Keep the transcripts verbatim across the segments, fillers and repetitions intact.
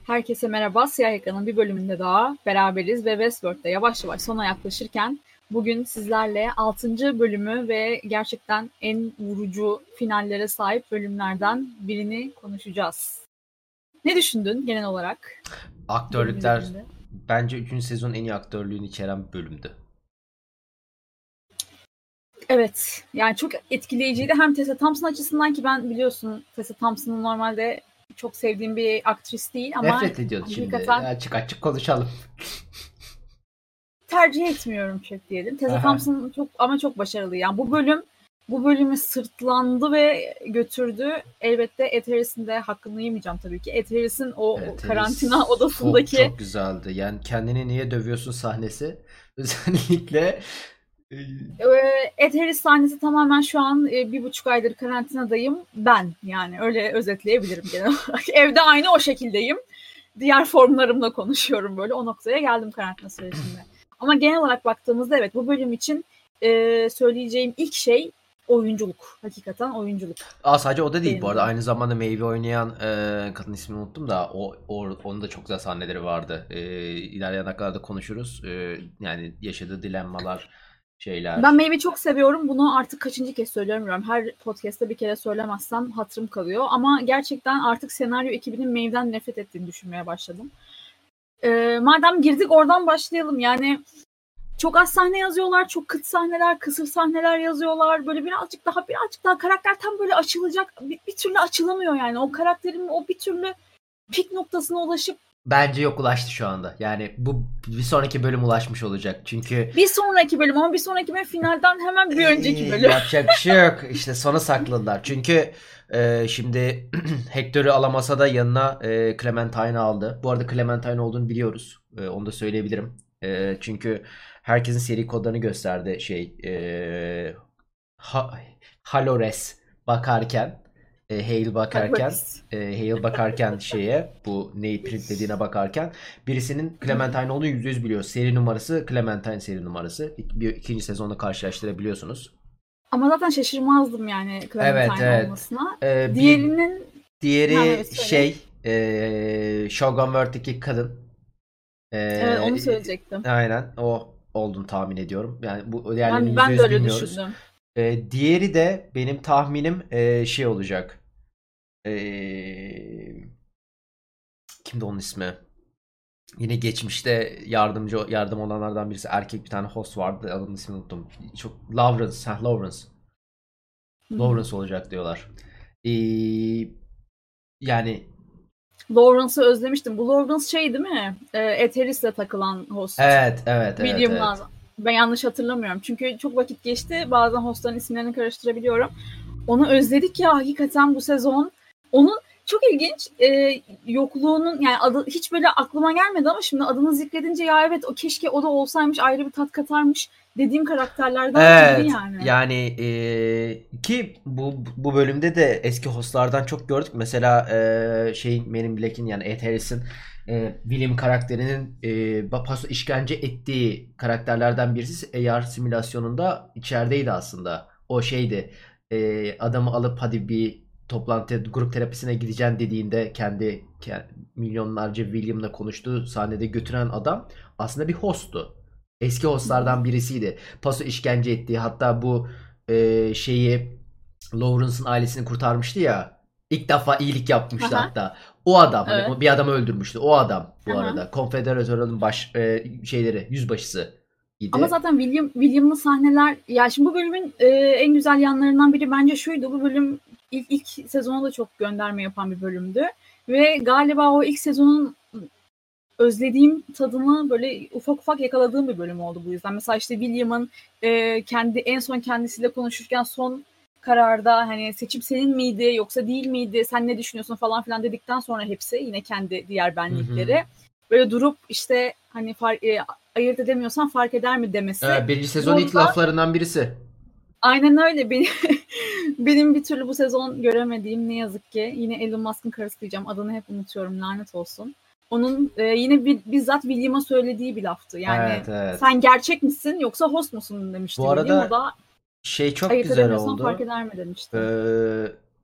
Herkese merhaba. Siyah Yaka'nın bir bölümünde daha beraberiz ve Westworld'da yavaş yavaş sona yaklaşırken bugün sizlerle altıncı bölümü ve gerçekten en vurucu finallere sahip bölümlerden birini konuşacağız. Ne düşündün genel olarak bölüm Aktörlükler izlediğinde? bence üçüncü sezonun en iyi aktörlüğünü içeren bir bölümdü. Evet, yani çok etkileyiciydi. Hem Tessa Thompson açısından ki ben biliyorsun Tessa Thompson'ı normalde çok sevdiğim bir aktris değil ama Nefret ediyordu şimdi. hakikaten Açık açık konuşalım. tercih etmiyorum çok diyelim. Tessa Aha. Thompson çok ama çok başarılı. Yani bu bölüm bu bölümü sırtlandı ve götürdü. Elbette Ed Harris'in de hakkını yemeyeceğim tabii ki. Ed Harris'in o Evet, karantina Teris çok odasındaki çok güzeldi. Yani kendini niye dövüyorsun sahnesi. Özellikle e, Ed Harris sahnesi tamamen şu an bir buçuk aydır karantinadayım ben. Yani öyle özetleyebilirim genel olarak. Evde aynı o şekildeyim. Diğer formlarımla konuşuyorum böyle. O noktaya geldim karantina sürecinde. Ama genel olarak baktığımızda evet bu bölüm için e, söyleyeceğim ilk şey oyunculuk. Hakikaten oyunculuk. Aa, sadece o da değil bu Benim arada. de. Aynı zamanda Maeve oynayan e, kadın ismini unuttum da o, o onun da çok güzel sahneleri vardı. E, ilerleyen dakikalarda konuşuruz. E, yani yaşadığı dilemmalar, Ben şeyler. Maeve'i çok seviyorum. Bunu artık kaçıncı kez söylüyorum. Her podcast'ta bir kere söylemezsem hatırım kalıyor. Ama gerçekten artık senaryo ekibinin Maeve'den nefret ettiğini düşünmeye başladım. E, madem girdik oradan başlayalım. Yani çok az sahne yazıyorlar, çok kıt sahneler, kısır sahneler yazıyorlar. Böyle birazcık daha birazcık daha karakter tam böyle açılacak. Bir, bir türlü açılamıyor yani. O karakterin o bir türlü pik noktasına ulaşıp Bence yok, ulaştı şu anda. Yani bu bir sonraki bölüm ulaşmış olacak. Çünkü bir sonraki bölüm ama bir sonraki bölüm finalden hemen bir Ee, önceki bölüm. yapacak bir şey yok. İşte sona sakladılar. Çünkü e, şimdi Hector'ı alamasa da yanına e, Clementine aldı. Bu arada Clementine olduğunu biliyoruz. E, onu da söyleyebilirim. E, çünkü herkesin seri kodlarını gösterdi şey e, ha, Halores bakarken e, Hale bakarken Haloris. e, Hale bakarken şeye bu neyi printlediğine bakarken birisinin Clementine olduğunu yüzde yüz biliyor. Seri numarası Clementine seri numarası. İk- Bir, ikinci sezonda karşılaştırabiliyorsunuz. Ama zaten şaşırmazdım yani Evet, Clementine evet. olmasına. Ee, bir Diğerinin ha evet diğeri söyle. şey e, Shogun World'deki kadın. Evet E, onu söyleyecektim. aynen o olduğunu tahmin ediyorum. Yani bu diğerlerini Ben yüzde ben de yüz öyle bilmiyoruz. düşündüm. E, diğeri de benim tahminim e, şey olacak. E, kimdi onun ismi? Yine geçmişte yardımcı yardım olanlardan birisi, erkek bir tane host vardı. Adamın ismini unuttum. Çok Lawrence, ha, Lawrence. Hı hı. Lawrence olacak diyorlar. Ee, yani Lawrence'ı özlemiştim. Bu Lawrence şey değil mi? E, Ed Harris'le takılan host. evet, evet, evet, William'la. evet. Ben yanlış hatırlamıyorum. Çünkü çok vakit geçti. Bazen hostların isimlerini karıştırabiliyorum. Onu özledik ya hakikaten bu sezon. Onun çok ilginç e, yokluğunun yani adı hiç böyle aklıma gelmedi ama şimdi adını zikredince ya evet o keşke o da olsaymış ayrı bir tat katarmış dediğim karakterlerden biri Evet, yani. yani eee, ki bu bu bölümde de eski hostlardan çok gördük. Mesela eee şeyin, Men in Black'in, yani Ed Harris'in eee, William karakterinin eee paso işkence ettiği karakterlerden birisi A R simülasyonunda içerideydi aslında. O şeydi. Eee, adamı alıp hadi bir toplantı grup terapisine gideceğim dediğinde kendi ke- milyonlarca William'la konuştuğu sahnede götüren adam aslında bir hosttu. Eski hostlardan birisiydi. Paso işkence ettiği, hatta bu e, şeyi Lawrence'ın ailesini kurtarmıştı ya. İlk defa iyilik yapmıştı Aha, hatta. O adam, hani evet. o bir adamı öldürmüştü. O adam bu Aha. arada. Konfederatörün baş e, şeyleri yüzbaşısı Ama idi. zaten William William'lı sahneler ya şimdi bu bölümün e, en güzel yanlarından biri bence şuydu. Bu bölüm ilk, ilk sezona da çok gönderme yapan bir bölümdü. Ve galiba o ilk sezonun özlediğim tadını böyle ufak ufak yakaladığım bir bölüm oldu bu yüzden. Mesela işte William'ın e, kendi en son kendisiyle konuşurken son kararda hani seçim senin miydi yoksa değil miydi sen ne düşünüyorsun falan filan dedikten sonra hepsi yine kendi diğer Hı hı. benlikleri böyle durup işte hani fark, e, ayırt edemiyorsan fark eder mi demesi Evet, birinci sezon ilk burada laflarından birisi. aynen öyle benim, benim bir türlü bu sezon göremediğim ne yazık ki yine Elon Musk'ın karısı diyeceğim adını hep unutuyorum lanet olsun. Onun e, yine bir, bizzat William'a söylediği bir laftı. Yani Evet, evet. sen gerçek misin yoksa host musun demişti Bu William. O arada da şey çok ayırt güzel edemiyorsan fark oldu. eder mi demişti. Ee,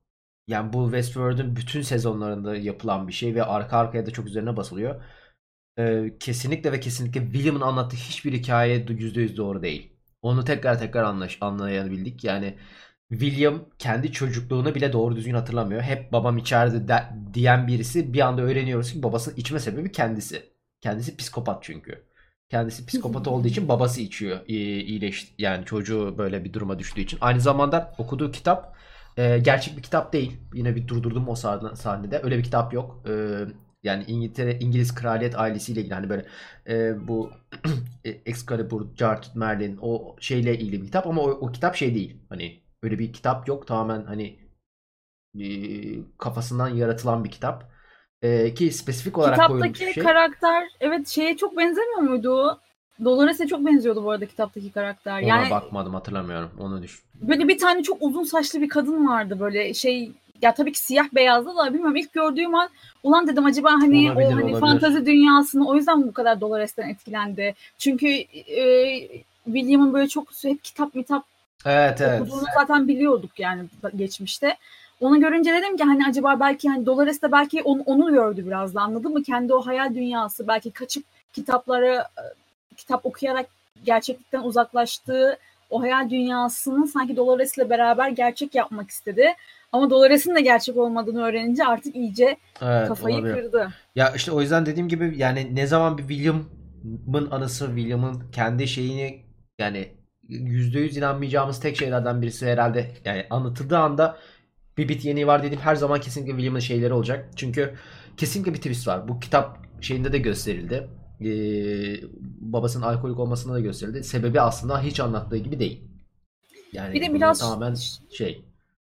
Yani bu Westworld'un bütün sezonlarında yapılan bir şey ve arka arkaya da çok üzerine basılıyor. Ee, kesinlikle ve kesinlikle William'ın anlattığı hiçbir hikaye yüzde yüz doğru değil. Onu tekrar tekrar anlaş, anlayabildik. Yani William kendi çocukluğunu bile doğru düzgün hatırlamıyor. Hep babam içeride de, diyen birisi bir anda öğreniyoruz ki babasının içme sebebi kendisi. Kendisi psikopat çünkü. Kendisi psikopat olduğu için babası içiyor. İyi, iyileş, yani çocuğu böyle bir duruma düştüğü için. Aynı zamanda okuduğu kitap e, gerçek bir kitap değil. Yine bir durdurdum o sahne- sahnede. Öyle bir kitap yok. E, yani İngiltere, İngiliz kraliyet ailesiyle ilgili hani böyle e, bu Excalibur, Jartut, Merlin o şeyle ilgili bir kitap ama o, o kitap şey değil. Hani öyle bir kitap yok. Tamamen hani e, kafasından yaratılan bir kitap. E, ki spesifik olarak koyulmuş bir Kitaptaki şey. karakter evet şeye çok benzemiyor muydu? Dolores'e çok benziyordu bu arada kitaptaki karakter. Ona Yani bakmadım, hatırlamıyorum. Onu düşün. böyle bir tane çok uzun saçlı bir kadın vardı böyle şey, ya tabii ki siyah beyazdı da bilmiyorum, ilk gördüğüm an ulan dedim acaba hani Olabilir, o hani olabilir. fantazi dünyasını o yüzden bu kadar Dolores'ten etkilendi. Çünkü e, William'ın böyle çok hep kitap mitap Evet, okuduğunu evet. zaten biliyorduk yani geçmişte. Onu görünce dedim ki hani acaba belki hani Dolores de belki onu, onu gördü biraz da, anladın mı? Kendi o hayal dünyası, belki kaçıp kitapları kitap okuyarak gerçeklikten uzaklaştığı o hayal dünyasını sanki Dolores'le beraber gerçek yapmak istedi. Ama Dolores'in de gerçek olmadığını öğrenince artık iyice Evet, kafayı olabilir. kırdı. Ya işte o yüzden dediğim gibi yani ne zaman bir William'ın anısı, William'ın kendi şeyini yani yüzde yüz inanmayacağımız tek şeylerden birisi herhalde yani anlatıldığı anda bir bit yeniği var dediğim her zaman kesinlikle William'ın şeyleri olacak. Çünkü kesinlikle bir twist var. Bu kitap şeyinde de gösterildi. Ee, babasının alkolik olmasında da gösterildi. Sebebi aslında hiç anlattığı gibi değil. Bir Yani de bunlar biraz tamamen şey.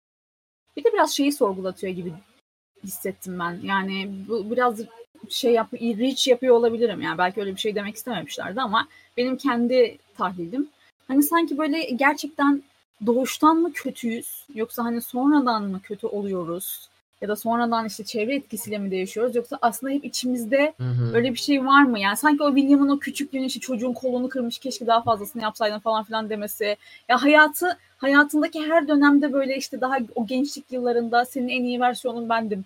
bir de biraz şeyi sorgulatıyor gibi hissettim ben. Yani bu biraz şey yap, reach yapıyor olabilirim. Yani belki öyle bir şey demek istememişlerdi ama benim kendi tahlilim. Hani sanki böyle gerçekten doğuştan mı kötüyüz yoksa hani sonradan mı kötü oluyoruz? Ya da sonradan işte çevre etkisiyle mi değişiyoruz yoksa aslında hep içimizde Hı hı. öyle bir şey var mı? Yani sanki o William'ın o küçüklüğünü işte çocuğun kolunu kırmış keşke daha fazlasını yapsaydın falan filan demesi. Ya hayatı hayatındaki her dönemde böyle işte daha o gençlik yıllarında senin en iyi versiyonun bendim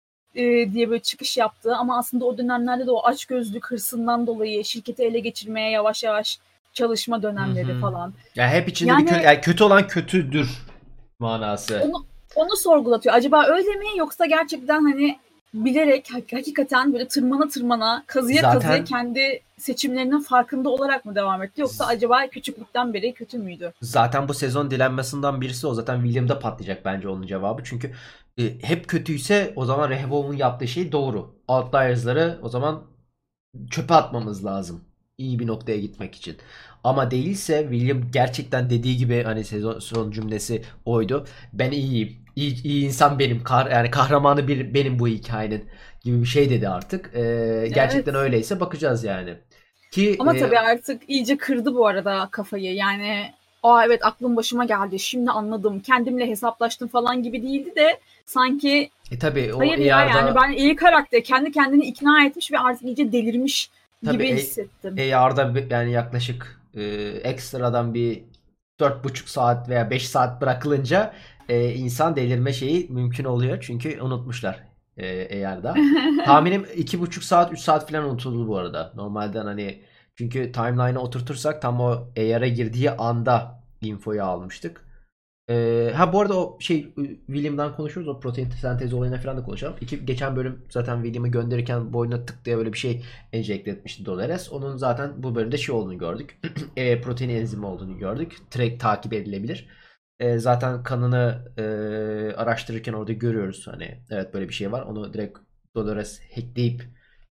e, diye böyle çıkış yaptı. Ama aslında o dönemlerde de o açgözlülük hırsından dolayı şirketi ele geçirmeye yavaş yavaş çalışma Hı dönemleri hı. falan. Ya hep içinde bir kötü, Yani yani kötü olan kötüdür manası. onu onu sorgulatıyor. Acaba öyle mi yoksa gerçekten hani bilerek hakikaten böyle tırmana tırmana kazıya kazıya Zaten kendi seçimlerinin farkında olarak mı devam etti yoksa acaba küçüklükten beri kötü müydü? zaten bu sezon dilenmesinden birisi o. Zaten William'da patlayacak bence onun cevabı. Çünkü e, hep kötüyse o zaman Rehoboam'un yaptığı şey doğru. Outliers'ları o zaman çöpe atmamız lazım. İyi bir noktaya gitmek için. Ama değilse William gerçekten dediği gibi hani sezon son cümlesi oydu. Ben iyiyim. İyi, iyi insan benim. Kar, yani kahramanı bir benim bu hikayenin gibi bir şey dedi artık. Ee, gerçekten Evet. öyleyse bakacağız yani. Ki Ama e, tabii artık iyice kırdı bu arada kafayı. Yani aa evet aklım başıma geldi. Şimdi anladım. Kendimle hesaplaştım falan gibi değildi de sanki e, tabii o hayır ya yani A R'da ben iyi karakter. Kendi kendini ikna etmiş ve artık iyice delirmiş tabii gibi A- hissettim. AR'da bir- yani yaklaşık e, ekstradan bir dört buçuk saat veya beş saat bırakılınca e, insan delirme şeyi mümkün oluyor. Çünkü unutmuşlar e, A R'da. Tahminim iki buçuk saat üç saat falan unutuldu bu arada. Normalden hani çünkü timeline'a oturtursak tam o A R'a girdiği anda infoyu almıştık. Ee, ha bu arada o şey William'dan konuşuruz. O protein sentezi olayına falan da konuşalım. İki, geçen bölüm zaten William'ı gönderirken boynuna tık diye böyle bir şey enjekte etmişti Dolores. Onun zaten bu bölümde şey olduğunu gördük. e, protein enzimi olduğunu gördük. Track takip edilebilir. E, zaten kanını e, araştırırken orada görüyoruz. Hani evet böyle bir şey var. Onu direkt Dolores hackleyip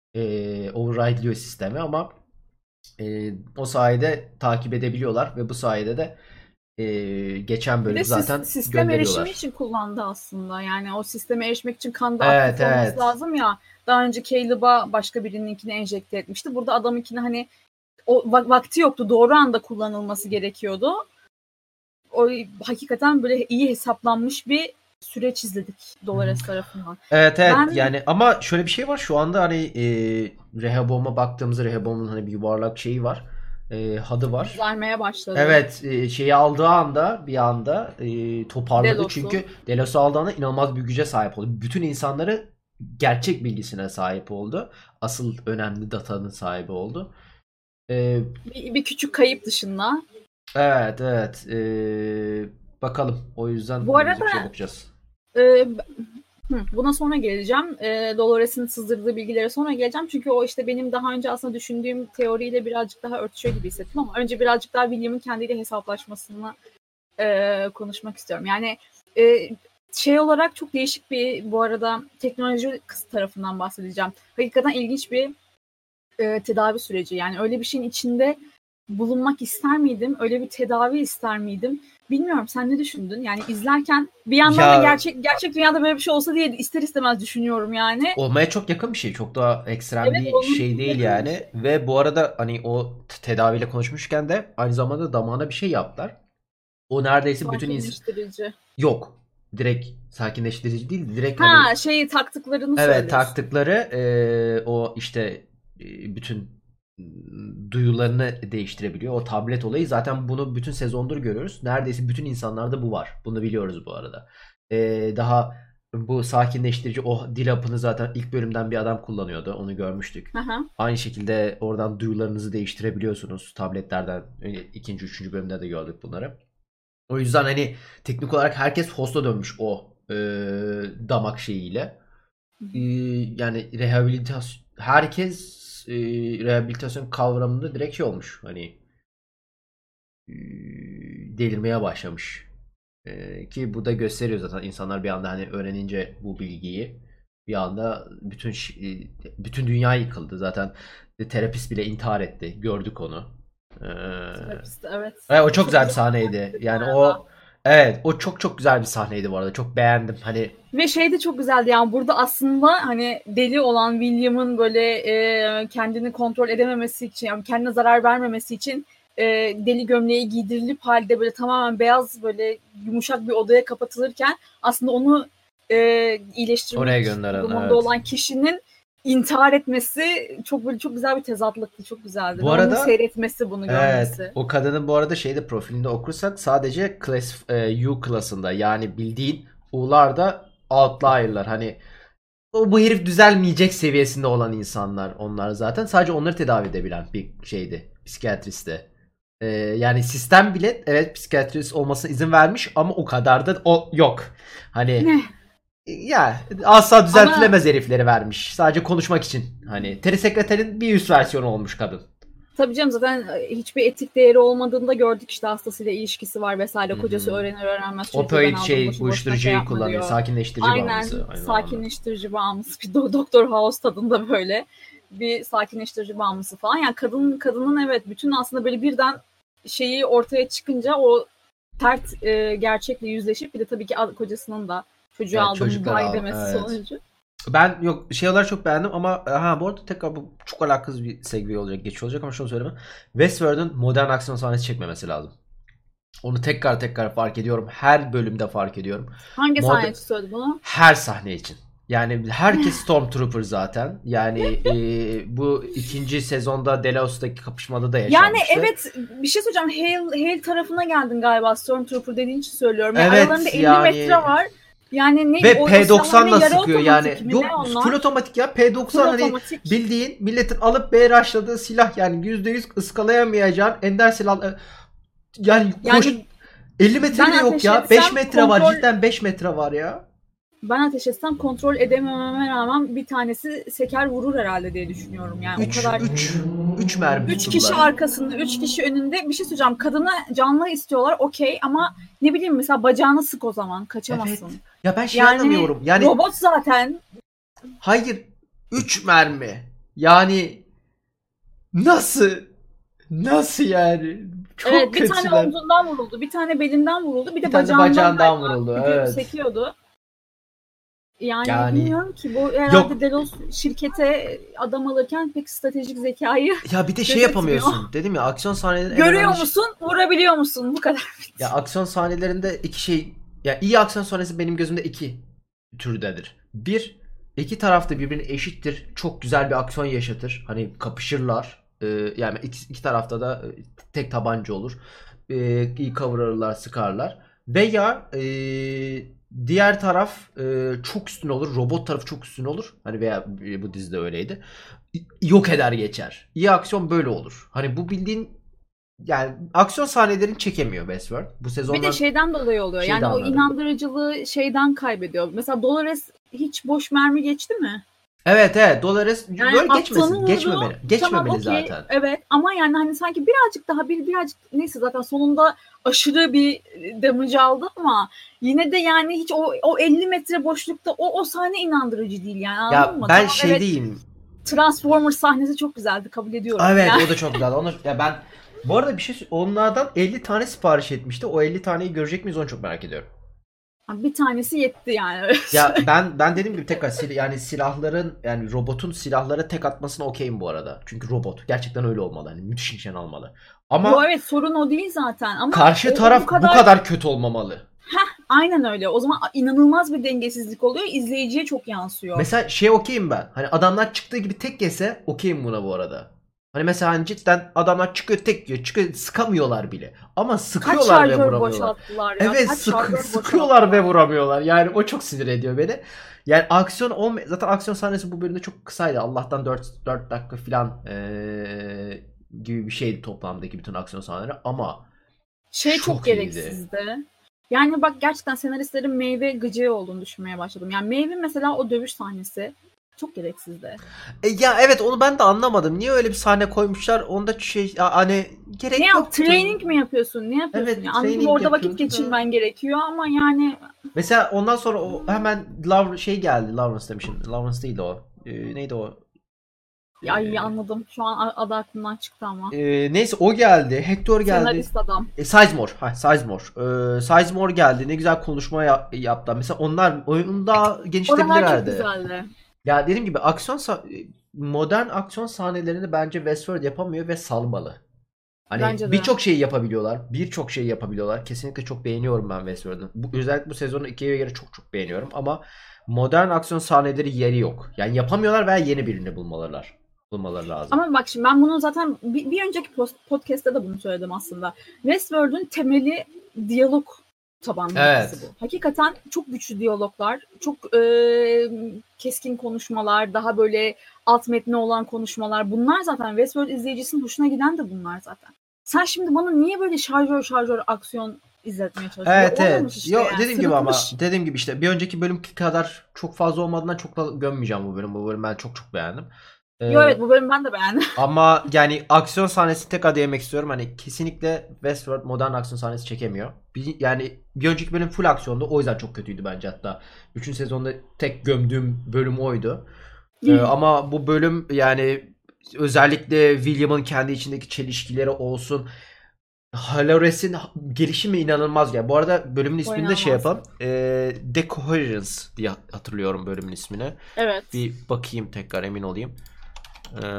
e, override'liyor sistemi ama e, o sayede takip edebiliyorlar ve bu sayede de ee, geçen Bir de bölüm zaten sistem erişimi gönderiyorlar. için kullandı aslında. Yani o sisteme erişmek için kanda Evet, aktif olması evet. lazım ya. Daha önce Caleb'a başka birininkini enjekte etmişti. Burada adamınkini hani o vakti yoktu. Doğru anda kullanılması gerekiyordu. O hakikaten böyle iyi hesaplanmış bir süreç izledik Hı hı. Dolores tarafından. Evet, evet, Ben yani ama şöyle bir şey var şu anda hani e, Rehoboam'a baktığımızda Rehoboam'un hani bir yuvarlak şeyi var. e, hadı var. Düzelmeye başladı. Evet, e, şeyi aldığı anda bir anda e, toparladı. Delos'u. Çünkü Delos'u aldığı anda inanılmaz bir güce sahip oldu. Bütün insanları gerçek bilgisine sahip oldu. Asıl önemli datanın sahibi oldu. E, Bir, bir küçük kayıp dışında. evet evet. E, bakalım. O yüzden Bu önümüzdeki arada şeye bakacağız. e, hı, buna sonra geleceğim. E, Dolores'in sızdırdığı bilgilere sonra geleceğim. Çünkü o işte benim daha önce aslında düşündüğüm teoriyle birazcık daha örtüşüyor gibi hissettim ama önce birazcık daha William'ın kendiyle hesaplaşmasını e, konuşmak istiyorum. Yani e, şey olarak çok değişik bir, bu arada teknoloji tarafından bahsedeceğim. Hakikaten ilginç bir e, tedavi süreci. Yani öyle bir şeyin içinde bulunmak ister miydim? Öyle bir tedavi ister miydim? Bilmiyorum. Sen ne düşündün? Yani izlerken bir yandan Ya, da gerçek gerçek dünyada böyle bir şey olsa diye ister istemez düşünüyorum yani. olmaya çok yakın bir şey. Çok daha ekstrem Evet, bir onun şey değil yakın bir yani. şey. Ve bu arada hani o t- tedaviyle konuşmuşken de aynı zamanda damağına bir şey yaptılar. O neredeyse bütün ins Sakinleştirici. yok. Direkt sakinleştirici değil. Direkt hani Ha, şeyi taktıklarını evet söylüyorsun. taktıkları e, o işte e, bütün duyularını değiştirebiliyor. O tablet olayı zaten bunu bütün sezondur görüyoruz. Neredeyse bütün insanlarda bu var. Bunu biliyoruz bu arada. E, daha bu sakinleştirici o dil hapını zaten ilk bölümden bir adam kullanıyordu. Onu görmüştük. Aha. Aynı şekilde oradan duyularınızı değiştirebiliyorsunuz. Tabletlerden e, ikinci, üçüncü bölümde de gördük bunları. O yüzden hani teknik olarak herkes hosta dönmüş o e, damak şeyiyle. E, yani rehabilitasyon herkes e, rehabilitasyon kavramında direkt şey olmuş. Hani e, delirmeye başlamış. E, ki bu da gösteriyor zaten insanlar bir anda hani öğrenince bu bilgiyi bir anda bütün şi- e, bütün dünya yıkıldı. Zaten terapist bile intihar etti. Gördük onu. E, Terapist, evet. Evet, o çok Çok güzel bir güzel sahneydi. Yani arada. o evet o çok çok güzel bir sahneydi bu arada. Çok beğendim. Hani Ve şey de çok güzeldi yani burada aslında hani deli olan William'ın böyle e, kendini kontrol edememesi için, yani kendine zarar vermemesi için e, deli gömleği giydirilip halde böyle tamamen beyaz böyle yumuşak bir odaya kapatılırken aslında onu e, oraya iyileştirmek gönderen durumunda evet. olan kişinin intihar etmesi çok böyle çok güzel bir tezatlıktı, çok güzeldi. Bu Ve onun arada seyretmesi, bunu evet görmesi. o kadının bu arada şeyde profilinde okursak sadece class, e, U klasında yani bildiğin U'lar da outlier'lar. Hani o bu herif düzelmeyecek seviyesinde olan insanlar onlar zaten. Sadece onları tedavi edebilen bir şeydi. Psikiyatristti. Ee, yani sistem bile evet psikiyatrist olmasına izin vermiş ama o kadar da o yok. Hani Ne? ya asla Ama düzeltilemez herifleri vermiş. Sadece konuşmak için. Hani Terry Secret'in bir üst versiyonu olmuş kadın. tabii canım, zaten hiçbir etik değeri olmadığını da gördük, işte hastasıyla ilişkisi var vesaire. Hı Kocası hı. öğrenir öğrenmez çocuğu ben Opioid aldım şey boşu boşuna şey uyuşturucuyu yapma kullanıyor. diyor. Sakinleştirici Aynen, bağımlısı aynı zamanda. sakinleştirici bağımlısı, bir do- Doktor House tadında böyle bir sakinleştirici bağımlısı falan. Yani kadının kadının evet bütün aslında böyle birden şeyi ortaya çıkınca o tert e, gerçekle yüzleşip bir de tabii ki ad- kocasının da çocuğu Evet, aldım çocuklar bay al. demesi Evet. sonucu. Ben yok şey olarak çok beğendim ama ha bu arada tekrar bu çok alakasız bir segue olacak, geç olacak ama şunu söyleyeyim. Westworld'un modern aksiyon sahnesi çekmemesi lazım. Onu tekrar tekrar fark ediyorum. Her bölümde fark ediyorum. Hangi Mod sahne için söyledi bunu? her sahne için. Yani herkes Stormtrooper zaten. Yani e, bu ikinci sezonda Delos'taki kapışmada da Yani yaşanmıştı. evet, bir şey söyleyeceğim. Hale, Hale tarafına geldin galiba, Stormtrooper dediğin için söylüyorum. Yani Evet, aralarında elli yani- metre var. Yani ne Ve o, o P doksanla silahlar ne, yarı sıkıyor otomatik yani. mi? Yok Ne onlar? full otomatik ya. P doksan Full hani otomatik. bildiğin milletin alıp B rushladığı silah yani yüzde yüz ıskalayamayacağın ender silah. Yani koş Yani elli metre ben bile yok ateş ya. etsem beş metre var kontrol- cidden beş metre var ya. ben ateş etsem kontrol edemememe rağmen bir tanesi seker vurur herhalde diye düşünüyorum. Yani üç o kadar. üç üç mermi Üç tuttular. kişi arkasında, üç kişi önünde. Bir şey söyleyeceğim. Kadını canlı istiyorlar, okey, ama ne bileyim mesela bacağını sık, o zaman kaçamazsın. Evet. Ya ben şey Yani anlamıyorum. Yani robot zaten. hayır üç mermi. Yani nasıl? Nasıl yani? Çok Evet, bir kötüler. tane omzundan vuruldu, bir tane belinden vuruldu, bir de Bir tane bacağından, bacağından galiba vuruldu. gücü Evet. sekiyordu. Yani, Yani- bilmiyorum ki bu herhalde Yok. Delos şirkete adam alırken pek stratejik zekayı Ya bir de şey gözetmiyor. yapamıyorsun. Dedim ya aksiyon sahneleri en Görüyor önemli şey- musun, vurabiliyor musun, bu kadar. Ya aksiyon sahnelerinde iki şey ya iyi aksiyon sahnesi benim gözümde iki türdedir. Bir, iki taraf da birbirine eşittir. Çok güzel bir aksiyon yaşatır. Hani kapışırlar. Ee, yani iki, iki tarafta da e, tek tabanca olur. Ee, iyi kavururlar, sıkarlar. Veya e, diğer taraf e, çok üstün olur. Robot tarafı çok üstün olur. Hani veya e, bu dizide öyleydi. Yok eder geçer. İyi aksiyon böyle olur. Hani bu bildiğin yani aksiyon sahnelerini çekemiyor Westworld. Bu Bir de sezondan şeyden dolayı oluyor. şeyi de Yani o anladım. inandırıcılığı şeyden kaybediyor. Mesela Dolores hiç boş mermi geçti mi? Evet evet Dolores Yani böyle atlanı geçmesin. vurdu. Geçmemeli. Geçmemeli Tamam, okey. zaten. Evet ama yani hani sanki birazcık daha bir birazcık neyse zaten sonunda aşırı bir damage aldı ama yine de yani hiç o o elli metre boşlukta o o sahne inandırıcı değil yani, anladın Ya mı? ben Tamam, şey evet, diyeyim. Transformers sahnesi çok güzeldi, kabul ediyorum. Evet Yani o da çok güzel. Onu ya ben bu arada bir şey onlardan elli tane sipariş etmişti. O elli taneyi görecek miyiz onu çok merak ediyorum. bir tanesi yetti yani. Ya ben ben dediğim gibi tekrar sil- yani silahların yani robotun silahlara tek atmasına okeyim bu arada. Çünkü robot gerçekten öyle olmalı. Hani müthiş nişan almalı. Yo, Ama evet, sorun o değil zaten ama karşı o, o taraf bu bu kadar kadar kötü olmamalı. aynen öyle. O zaman inanılmaz bir dengesizlik oluyor. İzleyiciye çok yansıyor. Mesela şey okeyim ben. Hani adamlar çıktığı gibi tek yese okeyim buna bu arada. Hani mesela hani cidden adamlar çıkıyor tek yiyor. Çıkıyor sıkamıyorlar bile. Ama Kaç sıkıyorlar ve şarjör vuramıyorlar. boşalttılar ya. Evet Kaç sık, şarjör sıkıyorlar ve boşalttılar. vuramıyorlar. Yani o çok sinir ediyor beni. Yani aksiyon olma zaten aksiyon sahnesi bu bölümde çok kısaydı. Allah'tan dört dört dakika falan ee, gibi bir şeydi toplamdaki bütün aksiyon sahneleri ama Şey çok çok iyiydi. gereksizdi. Yani bak, gerçekten senaristlerin meyve gıcığı olduğunu düşünmeye başladım. Yani meyve mesela o dövüş sahnesi çok gereksizdi. E, ya evet onu ben de anlamadım. Niye öyle bir sahne koymuşlar? Onda şey ya, hani gerek Ne yap? yoktu. Training mi yapıyorsun? Ne yapıyorsun Evet ya? Anladım, training orada vakit yapıyordu da. geçirmen gerekiyor ama yani Mesela ondan sonra o hemen Lav şey geldi. Lawrence demişim. Lawrence değil o. Ee, neydi o? Ee, ay anladım. Şu an adı aklımdan çıktı ama. e, neyse o geldi. Hector geldi. Senarist adam. E, Sizemore. Ha, Sizemore. Ee, Sizemore geldi. Ne güzel konuşma ya- yaptı. Mesela onlar oyunu daha Oralar çok genişletebilirlerdi. güzeldi. Ya dediğim gibi aksiyon sa- modern aksiyon sahnelerini bence Westworld yapamıyor ve salmalı. Hani Bence de. birçok şeyi yapabiliyorlar. Birçok şeyi yapabiliyorlar. Kesinlikle çok beğeniyorum ben Westworld'u. Bu, özellikle bu sezonu ikiye göre çok çok beğeniyorum. Ama modern aksiyon sahneleri yeri yok. Yani yapamıyorlar veya yeni birini bulmalılar. Bulmaları lazım. Ama bak şimdi ben bunu zaten bir, bir önceki podcast'te de bunu söyledim aslında. Westworld'un temeli diyalog tabanlı Evet. yapısı bu. Hakikaten çok güçlü diyaloglar, çok e, keskin konuşmalar, daha böyle alt metni olan konuşmalar. Bunlar zaten Westworld izleyicisinin hoşuna giden de bunlar zaten. Sen şimdi bana niye böyle şarjör şarjör aksiyon izletmeye çalışıyorsun? Evet Olmamış evet. işte Yo, yani. dediğim gibi ama Sırıtmış. dediğim gibi işte bir önceki bölüm kadar çok fazla olmadığından çok da gömmeyeceğim bu bölüm. Bu bölüm ben çok çok beğendim. Ee, Yo, evet, bu bölümü ben de beğendim. Ama yani aksiyon sahnesi tek adı yemek istiyorum. Hani kesinlikle Westworld modern aksiyon sahnesi çekemiyor. Bir, yani bir önceki bölüm full aksiyondu. O yüzden çok kötüydü bence hatta. Üçüncü sezonda tek gömdüğüm bölüm oydu. Ee, ama bu bölüm yani özellikle William'ın kendi içindeki çelişkileri olsun. Halores'in gelişimi inanılmaz ya. Bu arada bölümün ismini de şey İnanılmaz. yapalım. Ee, Decoherence diye hatırlıyorum bölümün ismini. Evet. Bir bakayım tekrar emin olayım. Ee,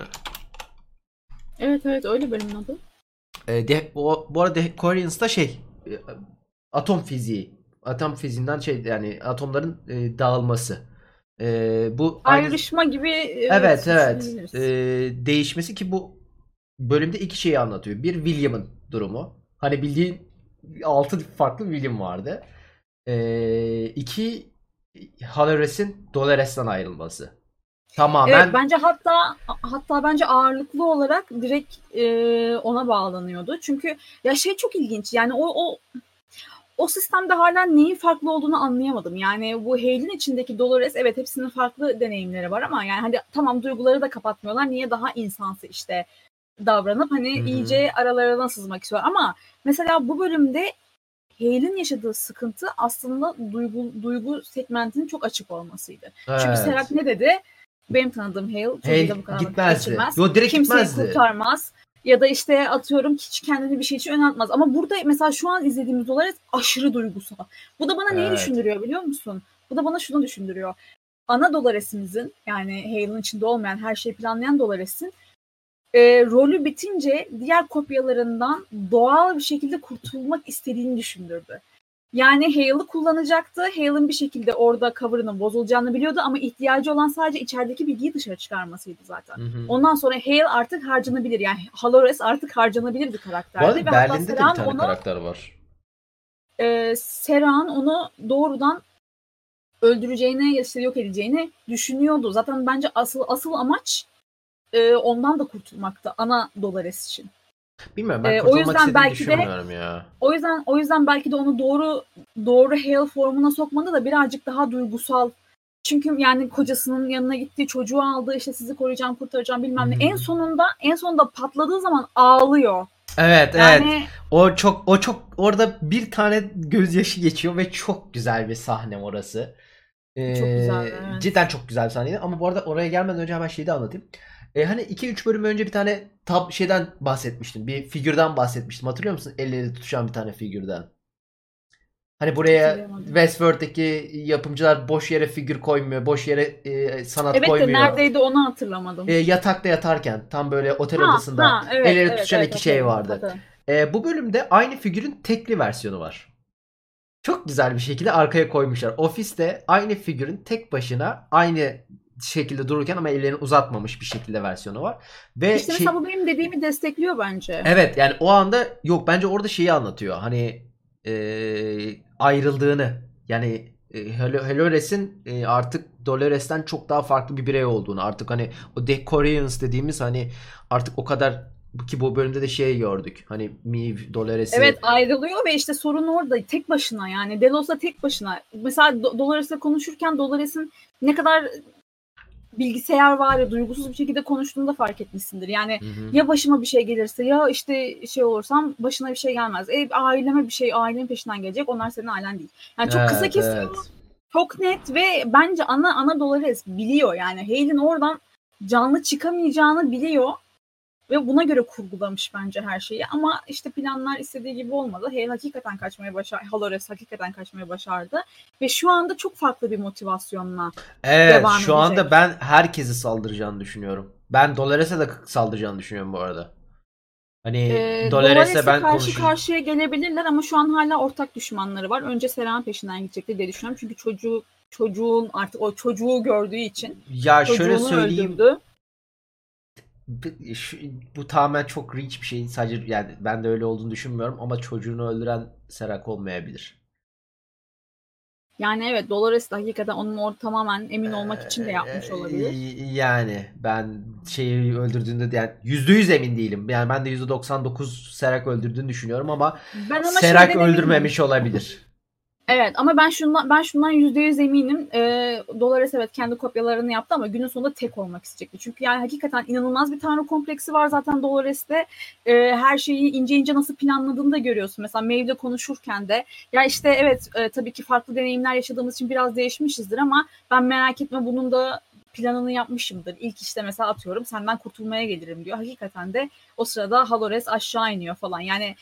Evet evet öyle bölümün adı. E, de, o, bu arada Coherence'da şey e, atom fiziği. Atom fiziğinden şey yani atomların e, dağılması. E, bu aynı Ayrışma gibi, evet evet, evet düşünebiliriz. e, değişmesi ki bu bölümde iki şeyi anlatıyor. Bir William'ın durumu. Hani bildiğin altı farklı William vardı. E, iki Halores'in Dolores'ten ayrılması. Tamamen Evet, bence hatta hatta bence ağırlıklı olarak direkt e, ona bağlanıyordu. Çünkü ya şey çok ilginç. Yani o o o sistemde hala neyin farklı olduğunu anlayamadım. Yani bu Hale'in içindeki Dolores, evet, hepsinin farklı deneyimleri var ama yani hadi tamam, duyguları da kapatmıyorlar. Niye daha insansı işte davranıp hani Hı hı. iyice aralarına sızmak istiyor. Ama mesela bu bölümde Hale'in yaşadığı sıkıntı aslında duygu, duygu segmentinin çok açık olmasıydı. Çünkü Serap Evet. ne dedi? Benim tanıdığım Hale çocuğuyla Hale bu kadar vakit gitmezdi. geçirmez. Yo direkt Kimseyi gitmezdi. kurtarmaz. Ya da işte atıyorum hiç kendini bir şey için öne atmaz. Ama burada mesela şu an izlediğimiz Dolores aşırı duygusal. Bu da bana neyi Evet. düşündürüyor biliyor musun? Bu da bana şunu düşündürüyor. Ana Dolores'imizin, yani Hale'in içinde olmayan, her şeyi planlayan Dolores'in e, rolü bitince diğer kopyalarından doğal bir şekilde kurtulmak istediğini düşündürdü. Yani Hale'ı kullanacaktı. Hale'ın bir şekilde orada cover'ının bozulacağını biliyordu ama ihtiyacı olan sadece içerideki bilgiyi dışarı çıkarmasıydı zaten. Hı hı. Ondan sonra Hale artık harcanabilir. Yani Halores artık harcanabilir bir Bu karakterdi. arada Ve hatta Berlin'de de bir Serhan tane onu karakter var. e, Serhan onu doğrudan öldüreceğini ya da yok edeceğini düşünüyordu. Zaten bence asıl asıl amaç e, ondan da kurtulmaktı ana Dolores için. Bilmiyorum, ben E, o kurtulmak yüzden istediğini belki de düşünmüyorum ya. o yüzden o yüzden belki de onu doğru doğru Hale formuna sokmadı da birazcık daha duygusal. Çünkü yani kocasının yanına gitti, çocuğu aldı, işte sizi koruyacağım, kurtaracağım bilmem ne. Hı hı. En sonunda en sonunda patladığı zaman ağlıyor. Evet, Yani evet. O çok o çok orada bir tane gözyaşı geçiyor ve çok güzel bir sahne orası. çok güzeldi, Ee, evet. cidden çok güzel bir sahneydi. Ama bu arada oraya gelmeden önce hemen şeyi de anlatayım. Ee, hani iki üç bölüm önce bir tane tab şeyden bahsetmiştim. Bir figürden bahsetmiştim. Hatırlıyor musun? Elleri tutuşan bir tane figürden. Hani buraya Hatırlayamadım. Westworld'daki yapımcılar boş yere figür koymuyor. Boş yere e, sanat Evet de koymuyor. neredeydi onu E, hatırlamadım. yatakta yatarken tam böyle otel Ha odasında ha evet elleri evet tutuşan evet iki şey hatırladım vardı. hatırladım. E, bu bölümde aynı figürün tekli versiyonu var. Çok güzel bir şekilde arkaya koymuşlar. Ofiste aynı figürün tek başına aynı şekilde dururken ama ellerini uzatmamış bir şekilde versiyonu var. Ve İşte mesela şey, bu benim dediğimi destekliyor bence. evet yani o anda yok, bence orada şeyi anlatıyor. Hani e, ayrıldığını, yani e, Hel- Halores'in e, artık Dolores'ten çok daha farklı bir birey olduğunu, artık hani o Decorians dediğimiz, hani artık o kadar, ki bu bölümde de şey gördük. Hani Miv Evet Dolores'i. ayrılıyor ve işte sorun orada tek başına yani Delos'la tek başına. Mesela Do- Dolores'le konuşurken Dolores'in ne kadar bilgisayar var ya duygusuz bir şekilde konuştuğunu da fark etmişsindir. Yani Hı hı. ya başıma bir şey gelirse ya işte şey olursam başına bir şey gelmez. E, aileme bir şey ailenin peşinden gelecek. Onlar senin ailen değil. Yani çok kısa Evet, kesiyor. evet. Çok net ve bence ana ana Dolores biliyor yani. Hale'in oradan canlı çıkamayacağını biliyor. Ve buna göre kurgulamış bence her şeyi. Ama işte planlar istediği gibi olmadı. Hale hakikaten kaçmaya başardı. Halores hakikaten kaçmaya başardı. Ve şu anda çok farklı bir motivasyonla Evet, devam şu anda edecek. ben herkesi saldıracağını düşünüyorum. Ben Dolores'e de saldıracağını düşünüyorum bu arada. Hani E, Dolores'le Dolores'le ben karşı konuşacağım. karşıya gelebilirler ama şu an hala ortak düşmanları var. Önce Sera'nın peşinden gidecektir diye düşünüyorum. Çünkü çocuğu, çocuğun artık o çocuğu gördüğü için Ya şöyle çocuğunu söyleyeyim, öldürdü. bu, şu- bu tamamen çok reach bir şey. Sadece yani ben de öyle olduğunu düşünmüyorum ama çocuğunu öldüren Serac olmayabilir. Yani evet Dolores de hakikaten onun or tamamen emin olmak için de yapmış Ee, olabilir. yani ben şeyi öldürdüğünde de yani yüzde yüz emin değilim. Yani ben de yüzde doksan dokuz Serac öldürdüğünü düşünüyorum ama Ben ama Serac şeyden eminim. öldürmemiş olabilir. Evet ama ben şundan ben şundan yüzde yüz eminim. Ee, Dolores evet kendi kopyalarını yaptı ama günün sonunda tek olmak isteyecekti. Çünkü yani hakikaten inanılmaz bir tanrı kompleksi var zaten Dolores'te. Ee, her şeyi ince ince nasıl planladığını da görüyorsun. Mesela Maeve'le konuşurken de ya işte evet e, tabii ki farklı deneyimler yaşadığımız için biraz değişmişizdir ama ben merak etme bunun da planını yapmışımdır. İlk işte mesela atıyorum senden kurtulmaya gelirim diyor. Hakikaten de o sırada Halores aşağı iniyor falan. Yani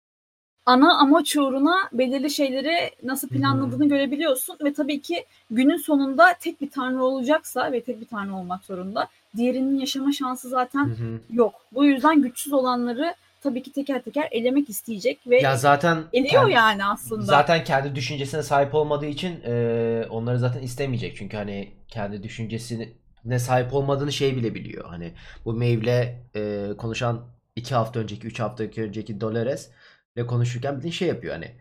ana amaç uğruna belirli şeyleri nasıl Hı hı. planladığını görebiliyorsun ve tabii ki günün sonunda tek bir tanrı olacaksa ve tek bir tanrı olmak zorunda diğerinin yaşama şansı Hı zaten hı. yok. Bu yüzden güçsüz olanları tabii ki teker teker elemek isteyecek Ya ve zaten eliyor kendi yani aslında. zaten kendi düşüncesine sahip olmadığı için e, onları zaten istemeyecek. Çünkü hani kendi düşüncesine sahip olmadığını şey bile biliyor. Hani bu Maeve'le e, konuşan iki hafta önceki, üç hafta önceki Dolores ile konuşurken bir şey yapıyor hani.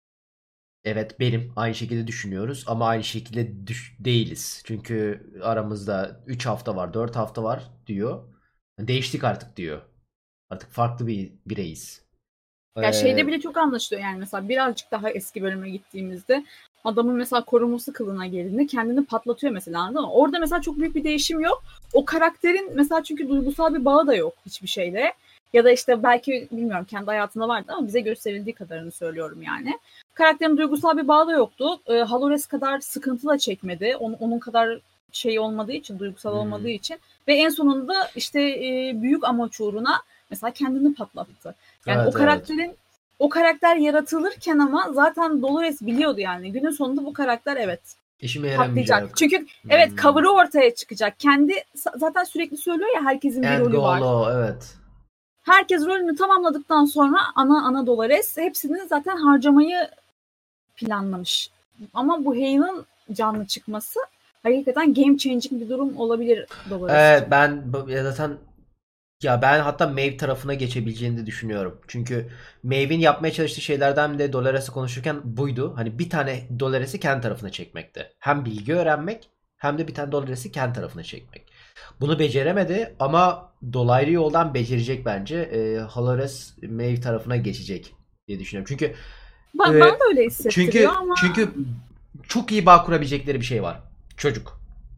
Evet, benim aynı şekilde düşünüyoruz ama aynı şekilde düş- değiliz. Çünkü aramızda üç hafta var, dört hafta var diyor. Değiştik artık diyor. Artık farklı bir bireyiz. Ya şeyde Ee, bile çok anlaşılıyor yani mesela birazcık daha eski bölüme gittiğimizde adamın mesela koruması kılına geldiğinde kendini patlatıyor mesela anladın mı? Orada mesela çok büyük bir değişim yok. O karakterin mesela çünkü duygusal bir bağı da yok hiçbir şeyle. Ya da işte belki bilmiyorum kendi hayatında vardı ama bize gösterildiği kadarını söylüyorum yani. Karakterin duygusal bir bağı da yoktu. E, Halores kadar sıkıntı da çekmedi. Onun, onun kadar şey olmadığı için, duygusal hı olmadığı hı. için. Ve en sonunda işte e, büyük amaç uğruna mesela kendini patlattı. Yani o Evet, evet. karakterin o karakter yaratılırken ama zaten Dolores biliyordu yani. Günün sonunda bu karakter evet İşime patlayacak. yaramayacak. Çünkü evet Hmm. cover'ı ortaya çıkacak. Kendi zaten sürekli söylüyor ya herkesin bir End rolü var. goal'u, evet. Herkes rolünü tamamladıktan sonra ana ana Dolores hepsini zaten harcamayı planlamış. Ama bu Hale'ın canlı çıkması hakikaten game changing bir durum olabilir Dolores Evet, için. ben zaten ya ben hatta Maeve tarafına geçebileceğini de düşünüyorum. Çünkü Maeve'in yapmaya çalıştığı şeylerden de Dolores'ı konuşurken buydu. Hani bir tane Dolores'i kendi tarafına çekmekti. Hem bilgi öğrenmek hem de bir tane Dolores'i kendi tarafına çekmek. Bunu beceremedi ama dolaylı yoldan becerecek bence. E, Dolores Maeve tarafına geçecek diye düşünüyorum. Çünkü Ba- bana e, da öyle hissettiriyor çünkü ama çünkü çok iyi bağ kurabilecekleri bir şey var. Çocuk.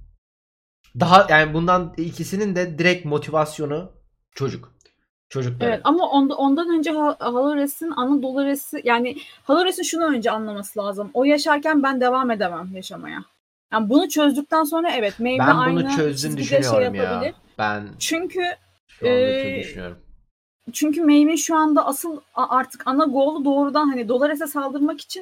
Daha yani bundan ikisinin de direkt motivasyonu çocuk. evet, Çocukları. ama onda, ondan önce Ha- Halores'in ana Dolores'i, yani Halores'in şunu önce anlaması lazım. O yaşarken ben devam edemem yaşamaya. Yani bunu çözdükten sonra evet, Maeve de Ben bunu aynı çözdüğünü çizgide şey düşünüyorum ya. yapabilir. Ben Çünkü şu e, anda çözdüğünü düşünüyorum. çünkü Maeve'in şu anda asıl artık ana goal'u doğrudan hani Dolores'e saldırmak için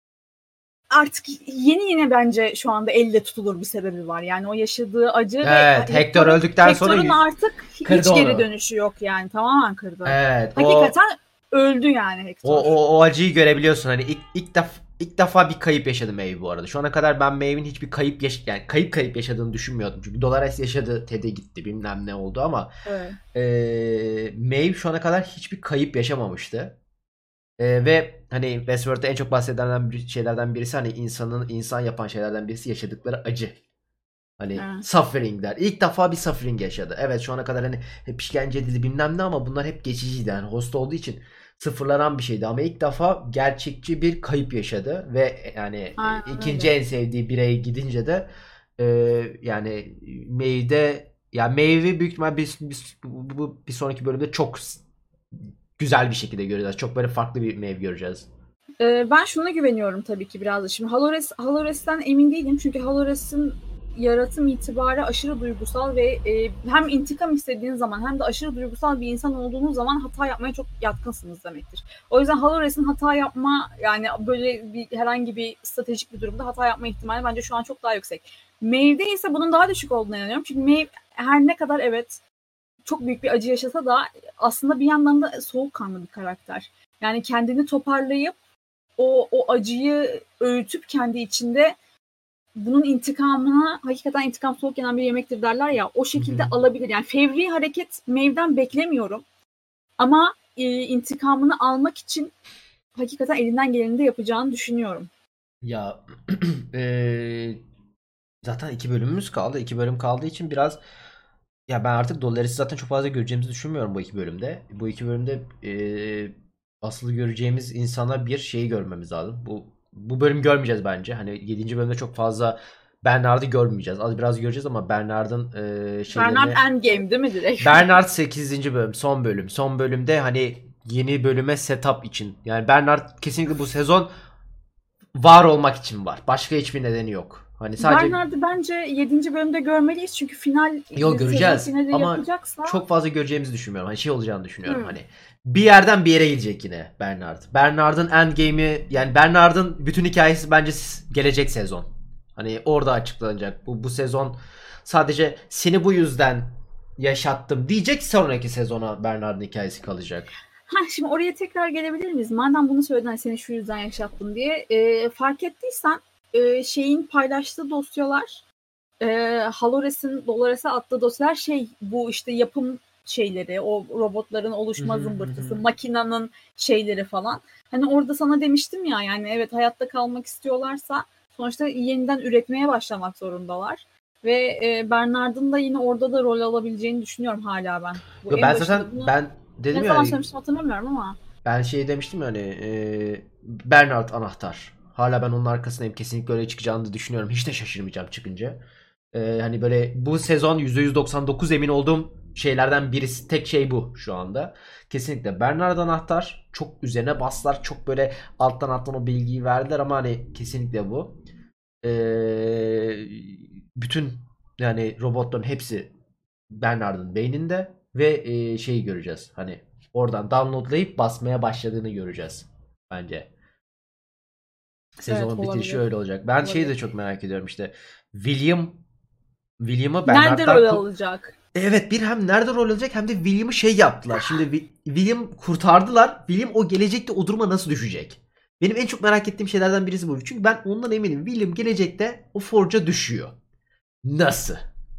artık yeni yeni bence şu anda elle tutulur bir sebebi var. Yani o yaşadığı acı ve Evet, Hector Hector'un öldükten sonra Hector'un y- artık kırdı hiç geri onu. dönüşü yok yani. Tamamen kırdı. Evet, o Hakikaten öldü yani o Hector. o, o acıyı görebiliyorsun. Hani ilk ilk def ilk defa bir kayıp yaşadı Maeve bu arada. Şu ana kadar ben Maeve'in hiçbir kayıp yaş yani kayıp kayıp yaşadığını düşünmüyordum. Çünkü Dolores yaşadı, Ted'e gitti, bilmem ne oldu ama Evet. eee Maeve şu ana kadar hiçbir kayıp yaşamamıştı. Ee, ve hani Westworld'da en çok bahsedilen bir- şeylerden birisi hani insanın insan yapan şeylerden birisi yaşadıkları acı. Hani Evet. suffering'ler. İlk defa bir suffering yaşadı. Evet, şu ana kadar hani hep işkence edildi bilmem ne ama bunlar hep geçiciydi. Yani host olduğu için sıfırlanan bir şeydi. Ama ilk defa gerçekçi bir kayıp yaşadı. Ve yani e, Aynen ikinci öyle. en sevdiği birey gidince de e, yani Maeve'de ya Maeve'i büyük ihtimal bir, bir, bu, bu- bir sonraki bölümde çok güzel bir şekilde göreceğiz. Çok böyle farklı bir Maeve göreceğiz. Ee, ben şuna güveniyorum tabii ki biraz da. Şimdi Halores, Halores'ten emin değilim. Çünkü Halores'in yaratım itibarı aşırı duygusal ve e, hem intikam istediğin zaman hem de aşırı duygusal bir insan olduğunuz zaman hata yapmaya çok yatkınsınız demektir. O yüzden Halores'in hata yapma, yani böyle bir herhangi bir stratejik bir durumda hata yapma ihtimali bence şu an çok daha yüksek. Maeve'de ise bunun daha düşük olduğuna inanıyorum. Çünkü Maeve her ne kadar evet çok büyük bir acı yaşasa da aslında bir yandan da soğukkanlı bir karakter. Yani kendini toparlayıp o, o acıyı öğütüp kendi içinde bunun intikamını, hakikaten intikam soğuk yenen bir yemektir derler ya, o Hı şekilde hı. alabilir. Yani fevri hareket Maeve'den beklemiyorum ama e, intikamını almak için hakikaten elinden geleni de yapacağını düşünüyorum. Ya eee, zaten iki bölümümüz kaldı. İki bölüm kaldığı için biraz ya ben artık Dolores'i zaten çok fazla göreceğimizi düşünmüyorum bu iki bölümde. Bu iki bölümde eee asıl göreceğimiz insana bir şeyi görmemiz lazım. Bu bu bölüm görmeyeceğiz bence. Hani yedinci bölümde çok fazla Bernard'ı görmeyeceğiz. Az biraz göreceğiz ama Bernard'ın eee, Bernard şeylerini Endgame değil mi direkt? Bernard sekizinci bölüm, son bölüm. Son bölümde hani yeni bölüme setup için. Yani Bernard kesinlikle bu sezon var olmak için var. Başka hiçbir nedeni yok. Hani sadece Bernard'ı bence yedinci bölümde görmeliyiz çünkü final, yok sezon göreceğiz finali ama yapacaksa. çok fazla göreceğimizi düşünmüyorum. Hani şey olacağını düşünüyorum. Hmm. Hani bir yerden bir yere gidecek yine Bernard. Bernard'ın endgame'i yani Bernard'ın bütün hikayesi bence gelecek sezon. Hani orada açıklanacak. Bu bu sezon sadece seni bu yüzden yaşattım diyecek, sonraki sezona Bernard'ın hikayesi kalacak. Ha, şimdi oraya tekrar gelebilir miyiz? Madem bunu söyledin, hani seni şu yüzden yaşattım diye. E, fark ettiysen e, şeyin paylaştığı dosyalar, e, Halores'in Dolores'e attığı dosyalar şey, bu işte yapım şeyleri, o robotların Hı oluşma hı hı zımbırtısı, hı. makinanın şeyleri falan. Hani orada sana demiştim ya, yani evet, hayatta kalmak istiyorlarsa sonuçta yeniden üretmeye başlamak zorundalar. Ve e, Bernard'ın da yine orada da rol alabileceğini düşünüyorum hala ben. Bu Yo en ben zaten başında bunu ben dedim ne ya zaman hani söylemiştim hatırlamıyorum ama. ben şey demiştim ya hani e, Bernard anahtar. Hala ben onun arkasındayım. Kesinlikle öyle çıkacağını da düşünüyorum. Hiç de şaşırmayacağım çıkınca. E, hani böyle bu sezon yüzde yüz doksan dokuz emin olduğum şeylerden birisi. Tek şey bu şu anda. Kesinlikle Bernard anahtar. Çok üzerine bastılar. Çok böyle alttan alttan o bilgiyi verdiler ama hani kesinlikle bu. E, bütün yani robotların hepsi Bernard'ın beyninde ve e, şeyi göreceğiz. Hani oradan downloadlayıp basmaya başladığını göreceğiz bence. Evet, Sezonun bitirişi olabilir. öyle olacak. Ben şeyi Olabilir. de çok merak ediyorum işte. William William'ı Nerede Bernard'dan rol ku- alacak? evet, bir hem nerede rol alacak hem de William'ı şey yaptılar. Şimdi Wi- William kurtardılar. William o gelecekte o duruma nasıl düşecek? Benim en çok merak ettiğim şeylerden birisi bu. Çünkü ben ondan eminim. William gelecekte o Forge'a düşüyor. Nasıl?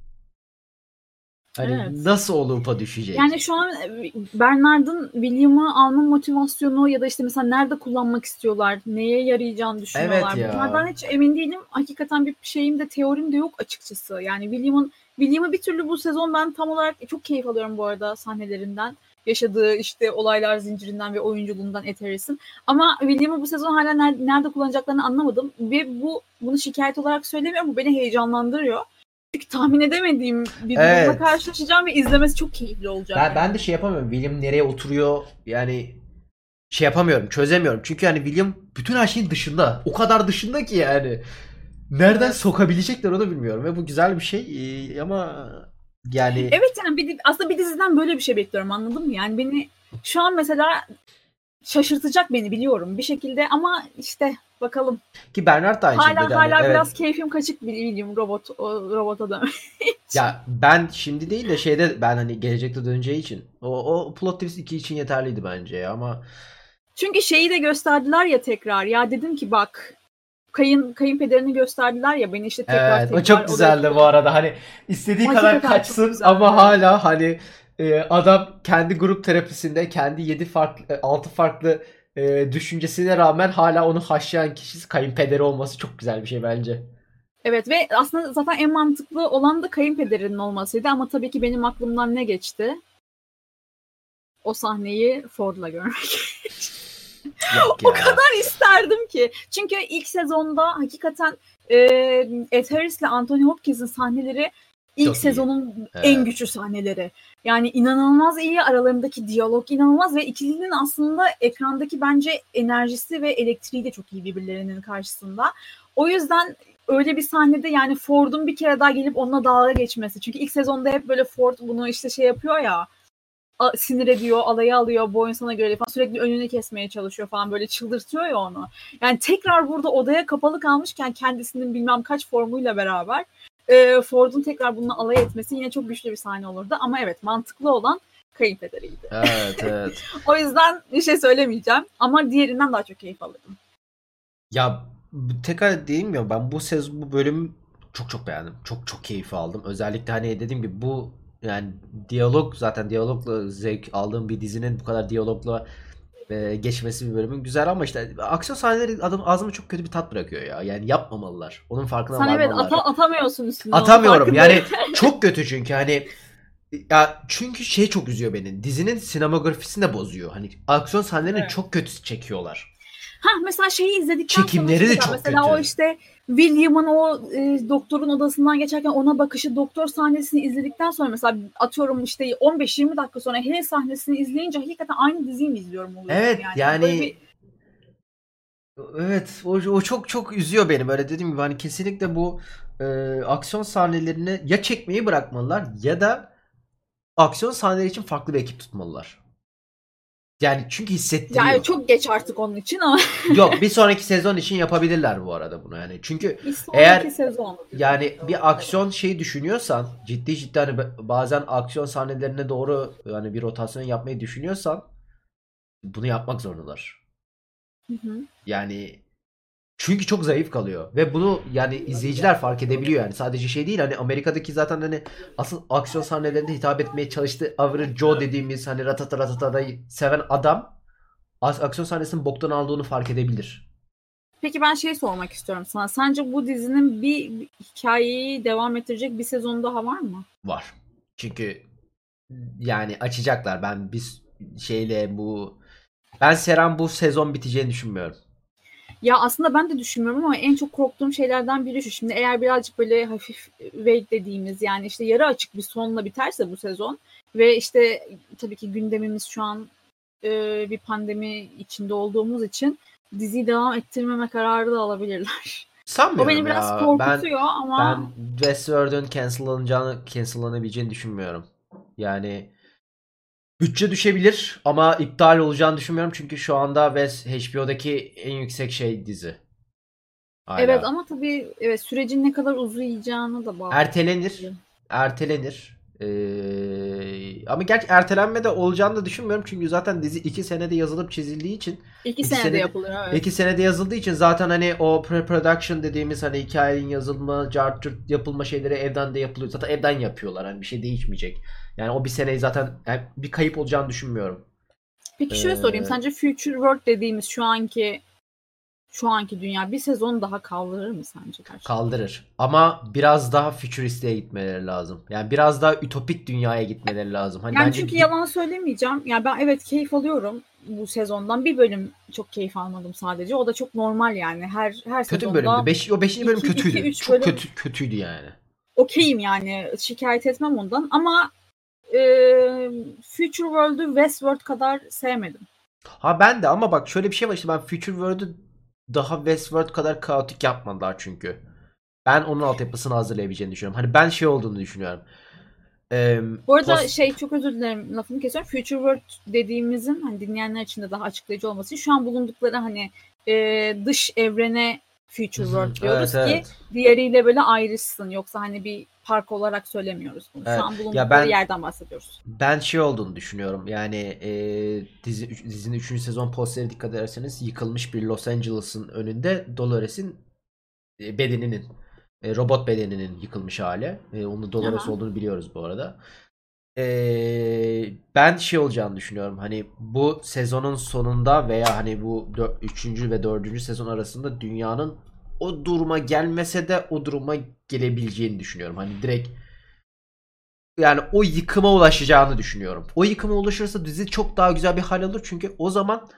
Hani Evet. nasıl o loop'a Yani düşecek? şu an e, Bernard'ın William'ı alma motivasyonu ya da işte mesela nerede kullanmak istiyorlar, neye yarayacağını Evet düşünüyorlar. ya. Bunlardan hiç emin değilim. Hakikaten bir şeyim de teorim de yok açıkçası. Yani William'ın William'ı bir türlü bu sezon ben tam olarak çok keyif alıyorum bu arada sahnelerinden. Yaşadığı işte olaylar zincirinden ve oyunculuğundan Eteris'in. Ama William'ı bu sezon hala nerede, nerede kullanacaklarını anlamadım. Ve bu bunu şikayet olarak söylemiyorum. Bu beni heyecanlandırıyor. Çünkü tahmin edemediğim bir durumla Evet. karşılaşacağım ve izlemesi çok keyifli olacak Ben ben de yani. şey yapamıyorum. William nereye oturuyor? Yani şey yapamıyorum, çözemiyorum. Çünkü hani William bütün her şeyin dışında. O kadar dışında ki yani. Nereden Evet. sokabilecekler onu bilmiyorum. Ve bu güzel bir şey. Ee, ama yani Evet yani bir, aslında bir diziden böyle bir şey bekliyorum anladın mı? Yani beni şu an mesela şaşırtacak beni biliyorum bir şekilde ama işte bakalım. ki Bernard da aynı şekilde Hala hani hala evet. biraz keyfim kaçık bildiğim robot o, robota dönmek için. Ya ben şimdi değil de şeyde ben hani gelecekte döneceği için o, o plot twist iki için yeterliydi bence ya ama Çünkü şeyi de gösterdiler ya tekrar. Ya dedim ki bak kayın kayınpederini gösterdiler ya beni işte tekrar evet o tekrar çok odaya güzeldi bu tıkıyor. arada hani istediği kadar Hakikaten çok kaçsın ama güzeldi. hala hani e, adam kendi grup terapisinde kendi yedi farklı altı farklı e, düşüncesine rağmen hala onu haşlayan kişisi kayınpederi olması çok güzel bir şey bence. Evet ve aslında zaten en mantıklı olan da kayınpederinin olmasıydı ama tabii ki benim aklımdan ne geçti? O sahneyi Ford'la görmek. Yok O ya. kadar isterdim ki. Çünkü ilk sezonda hakikaten e, Ed Harris'le Anthony Hopkins'in sahneleri ilk Çok iyi. sezonun en Evet. güçlü sahneleri. Yani inanılmaz iyi, aralarındaki diyalog inanılmaz ve ikilinin aslında ekrandaki bence enerjisi ve elektriği de çok iyi birbirlerinin karşısında. O yüzden öyle bir sahnede yani Ford'un bir kere daha gelip onunla dalga geçmesi. Çünkü ilk sezonda hep böyle Ford bunu işte şey yapıyor ya, sinir ediyor, alaya alıyor, boyun sana göre falan. Sürekli önünü kesmeye çalışıyor falan, böyle çıldırtıyor ya onu. Yani tekrar burada odaya kapalı kalmışken kendisinin bilmem kaç formuyla beraber e, Ford'un tekrar bununla alay etmesi yine çok güçlü bir sahne olurdu. Ama evet, mantıklı olan kayınpederiydi. Evet, evet. O yüzden bir şey söylemeyeceğim. Ama diğerinden daha çok keyif alırdım. Ya tekrar diyeyim ya ben bu sezon bu bölüm çok çok beğendim. Çok çok keyif aldım. Özellikle hani dediğim gibi bu yani diyalog zaten diyalogla zevk aldığım bir dizinin bu kadar diyalogla e, geçmesi bir bölümün güzel ama işte aksiyon sahneleri adam ağzıma çok kötü bir tat bırakıyor ya. Yani yapmamalılar. Onun farkına Sen evet varmalılar. ata atamıyorsun üstünden, onun Atamıyorum. farkındayım. Yani çok kötü çünkü hani ya çünkü şey çok üzüyor beni. Dizinin sinematografisini de bozuyor. Hani aksiyon sahnelerini Evet. çok kötü çekiyorlar. Ha mesela şeyi izledikten sonra şu Çekimleri da de var. çok Mesela o kötü. işte William'ın o e, doktorun odasından geçerken ona bakışı, doktor sahnesini izledikten sonra mesela atıyorum işte on beş yirmi dakika sonra Hale sahnesini izleyince hakikaten aynı diziyi mi izliyorum oluyorsun Evet yani. Hani böyle bir yani evet o, o çok çok üzüyor beni. Böyle dediğim gibi hani kesinlikle bu e, aksiyon sahnelerini ya çekmeyi bırakmalılar ya da aksiyon sahneleri için farklı bir ekip tutmalılar. Yani çünkü yani hissettiriyor. çok geç artık onun için ama Yok bir sonraki sezon için yapabilirler bu arada bunu yani. Çünkü bir sonraki eğer sezon. yani bir aksiyon şeyi düşünüyorsan ciddi ciddi hani bazen aksiyon sahnelerine doğru yani bir rotasyon yapmayı düşünüyorsan bunu yapmak zorundalar. Hı hı. Yani çünkü çok zayıf kalıyor ve bunu yani izleyiciler fark edebiliyor yani sadece şey değil hani Amerika'daki zaten hani asıl aksiyon sahnelerinde hitap etmeye çalıştığı Average Joe dediğimiz hani ratata ratata'yı seven adam as- aksiyon sahnesinin boktan aldığını fark edebilir. Peki ben şey sormak istiyorum sana. Sence bu dizinin bir bir hikayeyi devam ettirecek bir sezon daha var mı? Var. Çünkü yani açacaklar ben biz şeyle bu ben Seren bu sezon biteceğini düşünmüyorum. Ya aslında ben de düşünmüyorum ama en çok korktuğum şeylerden biri şu. Şimdi eğer birazcık böyle hafif vague dediğimiz yani işte yarı açık bir sonla biterse bu sezon ve işte tabii ki gündemimiz şu an e, bir pandemi içinde olduğumuz için diziyi devam ettirmeme kararı da alabilirler. O beni Sanmıyorum biraz ya. Ben korkutuyor ama ben Westworld'un cancellanacağını cancellanabileceğini düşünmüyorum. Yani bütçe düşebilir ama iptal olacağını düşünmüyorum çünkü şu anda West H B O'daki en yüksek şey dizi. evet Hala. ama tabii evet, sürecin ne kadar uzayacağını da bağlı. Ertelenir. Ertelenir. Ee, ama gerçi ertelenme de olacağını da düşünmüyorum. Çünkü zaten dizi iki senede yazılıp çizildiği için İki iki senede senede yapılıyor, evet. iki senede yazıldığı için zaten hani o pre-production dediğimiz hani hikayenin yazılma, cart curt yapılma şeyleri evden de yapılıyor. Zaten evden yapıyorlar. Hani bir şey değişmeyecek. Yani o bir seneyi zaten yani bir kayıp olacağını düşünmüyorum. Peki şöyle sorayım. Ee, Sence Future World dediğimiz şu anki şu anki dünya bir sezon daha kaldırır mı sence gerçekten? Kaldırır. Ama biraz daha fütüristiğe gitmeleri lazım. Yani biraz daha ütopik dünyaya gitmeleri lazım. Hani Yani bence çünkü di- yalan söylemeyeceğim. Yani ben evet keyif alıyorum bu sezondan. Bir bölüm çok keyif almadım sadece. O da çok normal yani. Her her kötü bir bölümdü. sezonda Beş, o beşinci bölüm iki iki kötüydü. üç Çok bölüm kötü kötüydü yani. okeyim yani. Şikayet etmem ondan. Ama e, Future World'ü Westworld kadar sevmedim. Ha ben de ama bak şöyle bir şey var işte ben Future World'ü daha Westworld kadar kaotik yapmadılar çünkü. Ben onun altyapısını hazırlayabileceğini düşünüyorum. Hani ben şey olduğunu düşünüyorum. Ee, Bu arada post şey çok özür dilerim lafını kesiyorum. Future World dediğimizin hani dinleyenler için de daha açıklayıcı olması için şu an bulundukları hani e, dış evrene Future World diyoruz evet ki evet. diğeriyle böyle ayrışsın. Yoksa hani bir park olarak söylemiyoruz bunu. Şu Evet. an Ya bulundukları ben yerden bahsediyoruz. ben şey olduğunu düşünüyorum. Yani e, dizi üç- dizinin üçüncü sezon posteri dikkat ederseniz yıkılmış bir Los Angeles'ın önünde Dolores'in e, bedeninin e, robot bedeninin yıkılmış hali. E, onun Dolores Aha. olduğunu biliyoruz bu arada. E, ben şey olacağını düşünüyorum. Hani bu sezonun sonunda veya hani bu üçüncü ve dördüncü sezon arasında dünyanın o duruma gelmese de o duruma gelebileceğini düşünüyorum. Hani direkt yani o yıkıma ulaşacağını düşünüyorum. O yıkıma ulaşırsa dizi çok daha güzel bir hal alır. Çünkü o zaman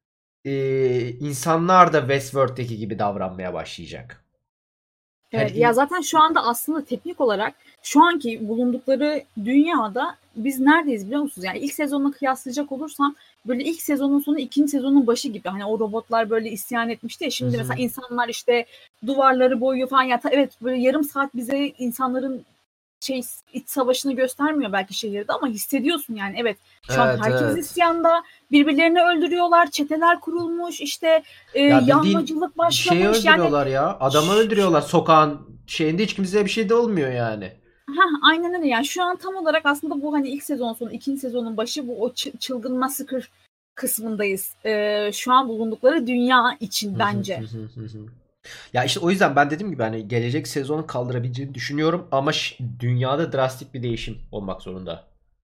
e, insanlar da Westworld'deki gibi davranmaya başlayacak. Yani Evet, ya in- zaten şu anda aslında teknik olarak şu anki bulundukları dünyada biz neredeyiz biliyor musunuz? Yani ilk sezonla kıyaslayacak olursam böyle ilk sezonun sonu ikinci sezonun başı gibi. Hani o robotlar böyle isyan etmişti ya. Hı Şimdi mesela hı. insanlar işte duvarları boyuyor falan. Ya ta- evet böyle yarım saat bize insanların şey iç savaşını göstermiyor belki şehirde ama hissediyorsun yani. Evet şu an Evet herkes evet. isyanda. Birbirlerini öldürüyorlar. Çeteler kurulmuş. İşte e, Ya bildiğin yağmacılık şeyi başlamış. Yani öldürüyorlar ya. Adamı ş- ş- öldürüyorlar sokağın şeyinde hiç kimseye bir şey de olmuyor yani. Hah, aynen öyle. Yani şu an tam olarak aslında bu hani ilk sezon sonu, ikinci sezonun başı bu o çı- çılgın massacre kısmındayız. Ee, şu an bulundukları dünya için bence. Ya işte o yüzden ben dediğim gibi hani gelecek sezonu kaldırabileceğini düşünüyorum ama ş- dünyada drastik bir değişim olmak zorunda.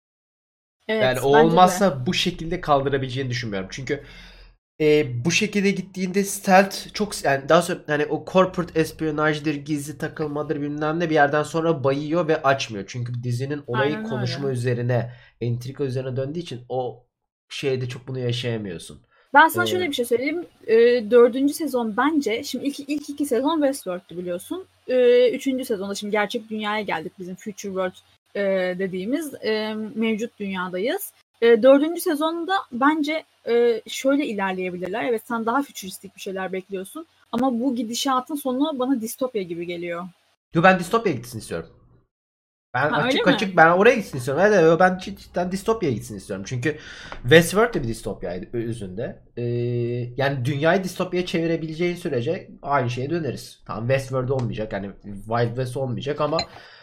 Yani Evet, o bence de. olmazsa bu şekilde kaldırabileceğini düşünmüyorum. Çünkü e, bu şekilde gittiğinde stealth çok yani daha sonra hani o corporate espionajdır, gizli takılmadır bilmem ne bir yerden sonra bayıyor ve açmıyor. Çünkü dizinin olayı Aynen öyle. konuşma üzerine, entrika üzerine döndüğü için o şeyde çok bunu yaşayamıyorsun. Ben sana E, şöyle bir şey söyleyeyim. Ee, dördüncü sezon bence, şimdi ilk, ilk iki sezon Westworld'tu biliyorsun. Ee, üçüncü sezonda şimdi gerçek dünyaya geldik bizim Future World e, dediğimiz e, mevcut dünyadayız. E, dördüncü sezonda bence e, şöyle ilerleyebilirler. Evet sen daha fütüristik bir şeyler bekliyorsun. Ama bu gidişatın sonu bana distopya gibi geliyor. Yo ben distopya gitsin istiyorum. Ben Ha öyle açık mi? açık ben oraya gitsin istiyorum. Evet, evet, ben cidden distopya'ya gitsin istiyorum. Çünkü Westworld de bir distopyaydı özünde. Ee, yani dünyayı distopyaya çevirebileceğin sürece aynı şeye döneriz. Tamam Westworld olmayacak yani Wild West olmayacak ama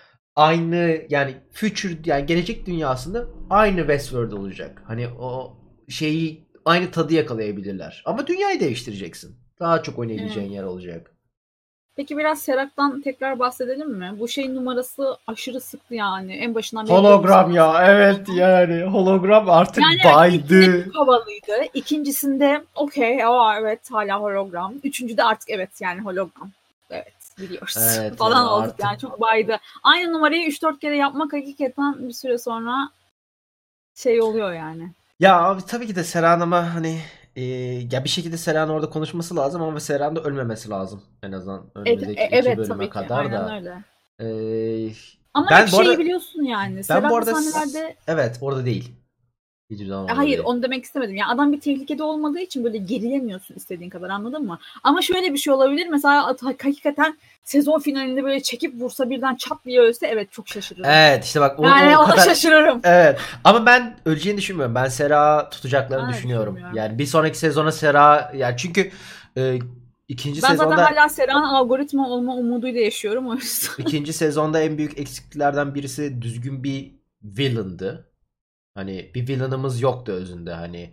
aynı yani future yani gelecek dünyasında aynı Westworld olacak. Hani o şeyi aynı tadı yakalayabilirler. Ama dünyayı değiştireceksin. Daha çok oynayabileceğin Evet. yer olacak. Peki biraz Serap'tan tekrar bahsedelim mi? Bu şeyin numarası aşırı sıktı yani. En başından beri böyle bir Hologram salak ya salak evet oldu. yani hologram Yani artık evet ilkinde baydı. çok havalıydı. İkincisinde okey aa evet hala hologram. Üçüncüde artık evet yani hologram. Evet biliyoruz Evet yani falan olduk artık yani çok baydı. Aynı numarayı üç dört kere yapmak hakikaten bir süre sonra şey oluyor yani. ya abi tabii ki de Serhan ama hani e, ya bir şekilde Serhan orada konuşması lazım ama Serhan da ölmemesi lazım en azından Evet, e- önümüzdeki iki evet bölüme tabii ki kadar aynen da. öyle. E, Ama hep ben bu şeyi arada biliyorsun yani. ben bu Serap'la arada s- sahnelerde evet orada değil. Hiçbir zaman orada hayır değil. onu demek istemedim. Yani adam bir tehlikede olmadığı için böyle gerilemiyorsun istediğin kadar anladın mı? Ama şöyle bir şey olabilir. Mesela at- hakikaten sezon finalinde böyle çekip vursa birden çat diye ölse evet çok şaşırırım. Evet işte bak o, o, Yani o ona kadar şaşırırım. evet ama ben öleceğini düşünmüyorum. Ben Sera tutacaklarını Ben de düşünüyorum. düşünmüyorum. Yani bir sonraki sezona Sera yani çünkü e, ikinci Ben zaten sezonda hala Sera'nın algoritma olma umuduyla yaşıyorum o yüzden. İkinci sezonda en büyük eksikliklerden birisi düzgün bir villain'dı. Hani bir villain'ımız yoktu özünde. Hani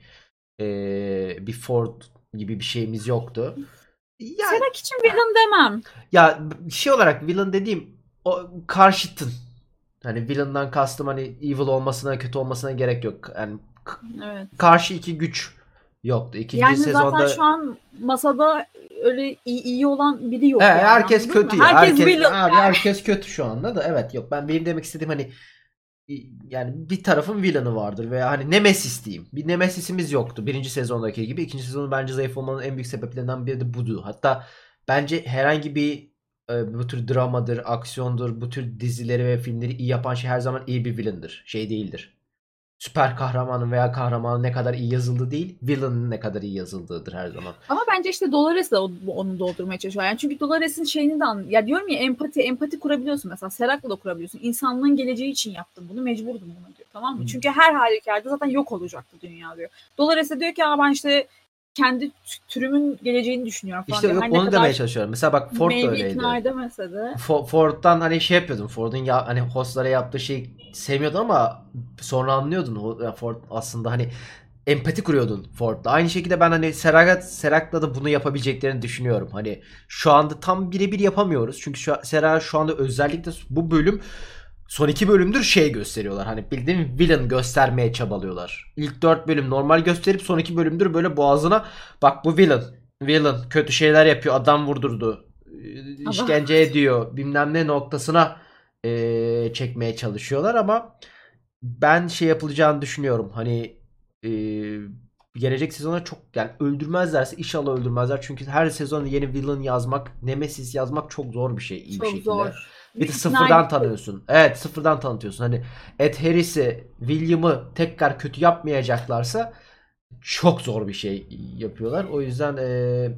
ee, bir Ford gibi bir şeyimiz yoktu. Ya Serac için villain demem. ya şey olarak villain dediğim o karşıtın. Hani villain'dan kastım hani evil olmasına, kötü olmasına gerek yok. Yani Evet. karşı iki güç yoktu. İkinci Yani sezonda zaten şu an masada öyle iyi, iyi olan biri yok He, yani. herkes Anladın mı? kötü ya. Herkes Herkes villain abi yani. herkes kötü şu anda da. Evet yok ben benim demek istediğim hani yani bir tarafın villain'ı vardır veya hani Nemesis diyeyim. Bir Nemesis'imiz yoktu. Birinci sezondaki gibi. İkinci sezonun bence zayıf olmanın en büyük sebeplerinden biri de budu. Hatta bence herhangi bir e, bu tür dramadır, aksiyondur, bu tür dizileri ve filmleri iyi yapan şey her zaman iyi bir villain'dır. Şey değildir. Süper kahramanın veya kahramanın ne kadar iyi yazıldığı değil, villain'ın ne kadar iyi yazıldığıdır her zaman. Ama bence işte Dolores de onu doldurmaya çalışıyor. Yani çünkü Dolores'in şeyini de an ya diyorum ya empati empati kurabiliyorsun mesela. Serac'la da kurabiliyorsun. İnsanlığın geleceği için yaptım bunu. Mecburdum buna diyor. Tamam mı? Çünkü her halükarda zaten yok olacaktı dünya diyor. Dolores de diyor ki ben işte kendi türümün geleceğini düşünüyorum falan İşte diyor. yok Her onu ne kadar demeye çalışıyorum. Mesela bak Ford da maybe öyleydi. ikna edemese de. Ford'dan hani şey yapıyordum. Ford'un ya hani hostlara yaptığı şeyi sevmiyordun ama sonra anlıyordun. Ford aslında hani empati kuruyordun Ford'la. Aynı şekilde ben hani Serac, Serac'la da bunu yapabileceklerini düşünüyorum. Hani şu anda tam birebir yapamıyoruz. Çünkü şu, Serac şu anda özellikle bu bölüm son iki bölümdür şey gösteriyorlar. Hani bildiğin villain göstermeye çabalıyorlar. İlk dört bölüm normal gösterip son iki bölümdür böyle boğazına bak bu villain. Villain kötü şeyler yapıyor. Adam vurdurdu. İşkence ediyor. Bilmem ne noktasına ee, çekmeye çalışıyorlar ama ben şey yapılacağını düşünüyorum. Hani ee, gelecek sezona çok yani öldürmezlerse inşallah öldürmezler. Çünkü her sezon yeni villain yazmak, Nemesis yazmak çok zor bir şey iyi bir Çok şekilde. zor. Bir de İkna sıfırdan edici. tanıyorsun. Evet sıfırdan tanıtıyorsun. Hani Ed Harris'i, William'ı tekrar kötü yapmayacaklarsa çok zor bir şey yapıyorlar. O yüzden ee,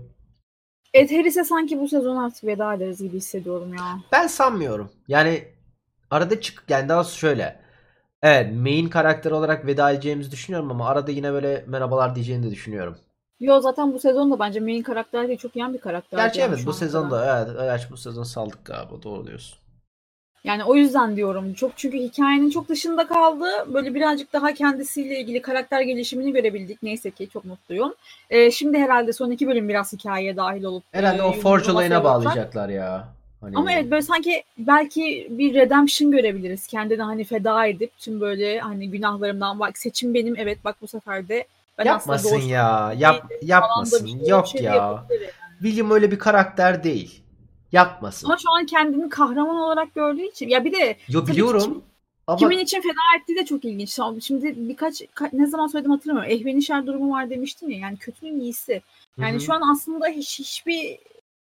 Ed Harris'e sanki bu sezon artık veda ederiz gibi hissediyorum ya. ben sanmıyorum. Yani arada çık yani daha doğrusu şöyle. Evet main karakter olarak veda edeceğimizi düşünüyorum ama arada yine böyle merhabalar diyeceğini de düşünüyorum. Yo zaten bu sezon da bence main karakter değil çok yan bir karakterdi Gerçi yani evet şu bu ana sezon kadar. da evet gerçi bu sezon saldık galiba doğru diyorsun. Yani o yüzden diyorum çok çünkü hikayenin çok dışında kaldı. Böyle birazcık daha kendisiyle ilgili karakter gelişimini görebildik. Neyse ki çok mutluyum. Ee, şimdi herhalde son iki bölüm biraz hikayeye dahil olup e, Herhalde o Forge yumruğunu olayına masaya vuracak. bağlayacaklar ya. Ama Hani evet böyle sanki belki bir redemption görebiliriz. Kendini hani feda edip tüm böyle hani günahlarımdan bak seçim benim evet bak bu sefer de ben aslında yapmasın doğuştan ya. Yap değildim falan da bir yapmasın. şey, bir Yok şey de ya. yapabilir yani. William öyle bir karakter değil. Yapmasın. Ama şu an kendini kahraman olarak gördüğü için ya bir de Yo tabii ki kim, biliyorum kimin ama için feda ettiği de çok ilginç. Şimdi birkaç ne zaman söyledim hatırlamıyorum. Ehvenişer durumu var demiştim ya. Yani kötünün iyisi. hı Yani hı. şu an aslında hiç hiçbir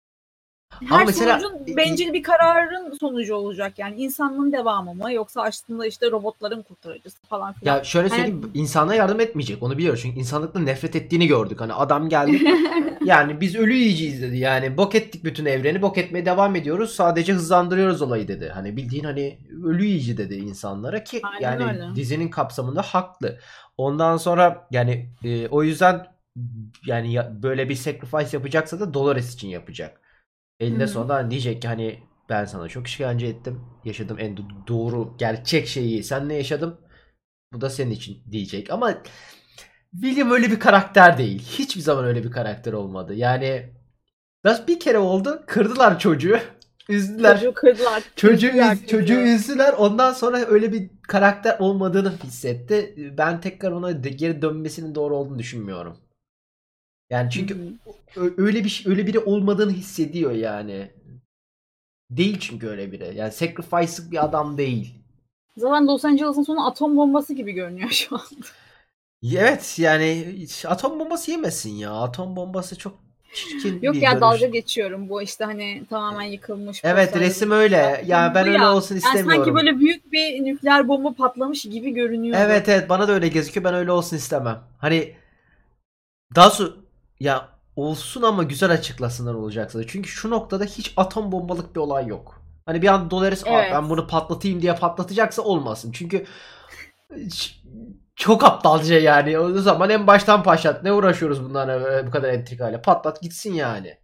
Ama her mesela sonucun i- i- bencil bir kararın sonucu olacak. Yani insanlığın devamı mı yoksa aslında işte robotların kurtarıcısı falan filan. ya şöyle Hani söyleyeyim insana yardım etmeyecek onu biliyoruz. Çünkü insanlıkla nefret ettiğini gördük. Hani adam geldi yani biz ölü yiyeceğiz dedi. Yani bok ettik bütün evreni bok etmeye devam ediyoruz. Sadece hızlandırıyoruz olayı dedi. Hani bildiğin hani ölü yiyici dedi insanlara ki aynen yani öyle. dizinin kapsamında haklı. Ondan sonra yani e, o yüzden yani ya- böyle bir sacrifice yapacaksa da Dolores için yapacak. Hı Elinde hı. sonunda hani diyecek ki hani ben sana çok işkence ettim. Yaşadım en do- doğru gerçek şeyi. Sen ne yaşadım? Bu da senin için diyecek. Ama William öyle bir karakter değil. Hiçbir zaman öyle bir karakter olmadı. Yani nasıl bir kere oldu? Kırdılar çocuğu. Üzdüler. Çocuğu kırdılar. Çocuğu, Üzdüler üz, çocuğu çocuğu. üzdüler. Ondan sonra öyle bir karakter olmadığını hissetti. Ben tekrar ona de- geri dönmesinin doğru olduğunu düşünmüyorum. Yani Hı çünkü hı. ö- öyle bir şey- öyle biri olmadığını hissediyor yani. Değil çünkü öyle biri. Yani sacrifice'lık bir adam değil. Zaten Los Angeles'ın sonu atom bombası gibi görünüyor şu an. Evet yani atom bombası yemesin ya. Atom bombası çok çirkin Yok bir ya dönüş. dalga geçiyorum. Bu işte hani tamamen yıkılmış Evet posterleri resim falan öyle. Ya filan. ben Bu öyle ya. olsun Yani sanki istemiyorum. böyle büyük bir nükleer bomba patlamış gibi görünüyordu. Evet evet bana da öyle gözüküyor. Ben öyle olsun istemem. Hani daha sonra ya olsun ama güzel açıklasınlar olacaksa. Çünkü şu noktada hiç atom bombalık bir olay yok. Hani bir an Dolores "Aa, ben Evet. bunu patlatayım diye patlatacaksa olmasın. Çünkü ç- çok aptalca yani. O zaman en baştan başlat. Ne uğraşıyoruz bunlarla bu kadar entrikayla. Patlat gitsin yani.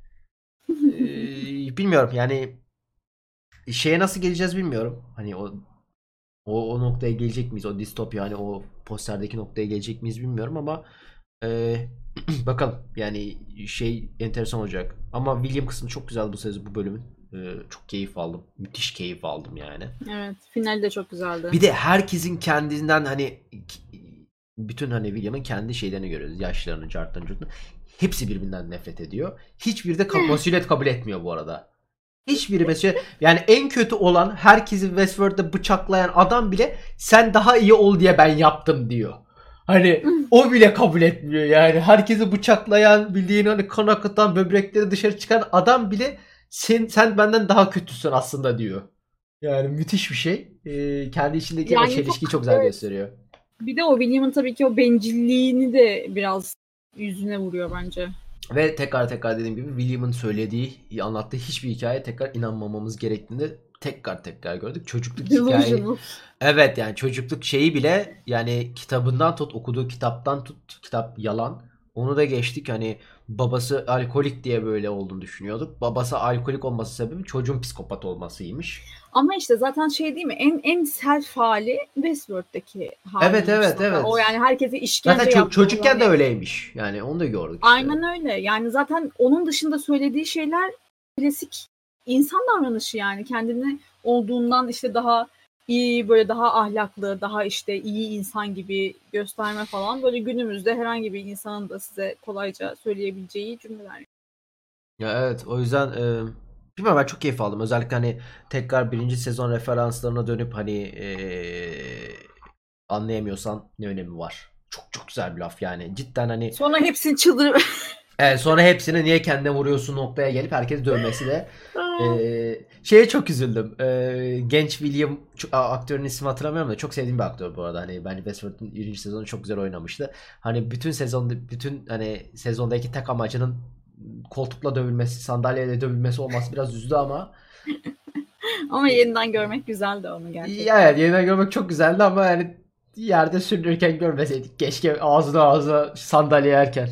Ee, bilmiyorum yani şeye nasıl geleceğiz bilmiyorum. Hani o O, o noktaya gelecek miyiz? O distopya hani o posterdeki noktaya gelecek miyiz bilmiyorum ama e, bakalım. Yani şey enteresan olacak. Ama William kısmı çok güzel bu sezon bu bölümün. E, çok keyif aldım. Müthiş keyif aldım yani. Evet, final de çok güzeldi. Bir de herkesin kendinden hani bütün hani William'ın kendi şeylerini görüyoruz. Yaşlarını, cartlarını, curtlarını. Hepsi birbirinden nefret ediyor. Hiçbiri de kab- mesuliyet kabul etmiyor bu arada. Hiçbiri mesela yani en kötü olan herkesi Westworld'da bıçaklayan adam bile sen daha iyi ol diye ben yaptım diyor. Hani o bile kabul etmiyor yani. Herkesi bıçaklayan, bildiğin hani kan akıtan, böbrekleri dışarı çıkan adam bile sen, sen benden daha kötüsün aslında diyor. Yani müthiş bir şey. Ee, kendi içindeki o Yani çelişkiyi çok, çok güzel evet. gösteriyor. Bir de o William'ın tabii ki o bencilliğini de biraz yüzüne vuruyor bence. Ve tekrar tekrar dediğim gibi William'ın söylediği, anlattığı hiçbir hikaye tekrar inanmamamız gerektiğini tekrar tekrar gördük. Çocukluk hikaye. Delusional. Evet yani çocukluk şeyi bile yani kitabından tut, okuduğu kitaptan tut, kitap yalan. Onu da geçtik hani babası alkolik diye böyle olduğunu düşünüyorduk. Babası alkolik olması sebebi çocuğun psikopat olmasıymış. Ama işte zaten şey değil mi? En en self hali Westworld'daki hali. Evet evet evet. O yani herkese işkence Zaten ço- yaptı. çocukken Yani. de öyleymiş. Yani onu da gördük işte. Aynen öyle. Yani zaten onun dışında söylediği şeyler klasik insan davranışı yani. Kendini olduğundan işte daha iyi, böyle daha ahlaklı, daha işte iyi insan gibi gösterme falan. Böyle günümüzde herhangi bir insanın da size kolayca söyleyebileceği cümleler. Ya evet o yüzden e, bilmiyorum ben çok keyif aldım. Özellikle hani tekrar birinci sezon referanslarına dönüp hani e, anlayamıyorsan ne önemi var? Çok çok güzel bir laf yani. Cidden hani Sonra hepsini çıldır... evet, sonra hepsini niye kendine vuruyorsun noktaya gelip herkes dövmesi de e, şeye çok üzüldüm. E, genç William çok- a- aktörün ismi hatırlamıyorum da çok sevdiğim bir aktör bu arada. Hani bence Westworld'un birinci sezonu çok güzel oynamıştı. Hani bütün sezon bütün hani sezondaki tek amacının koltukla dövülmesi, sandalyeyle dövülmesi olması biraz üzdü ama Ama yeniden görmek güzeldi onu gerçekten. evet yeniden görmek çok güzeldi ama yani yerde sürünürken görmeseydik. Keşke ağzına ağzına sandalye yerken.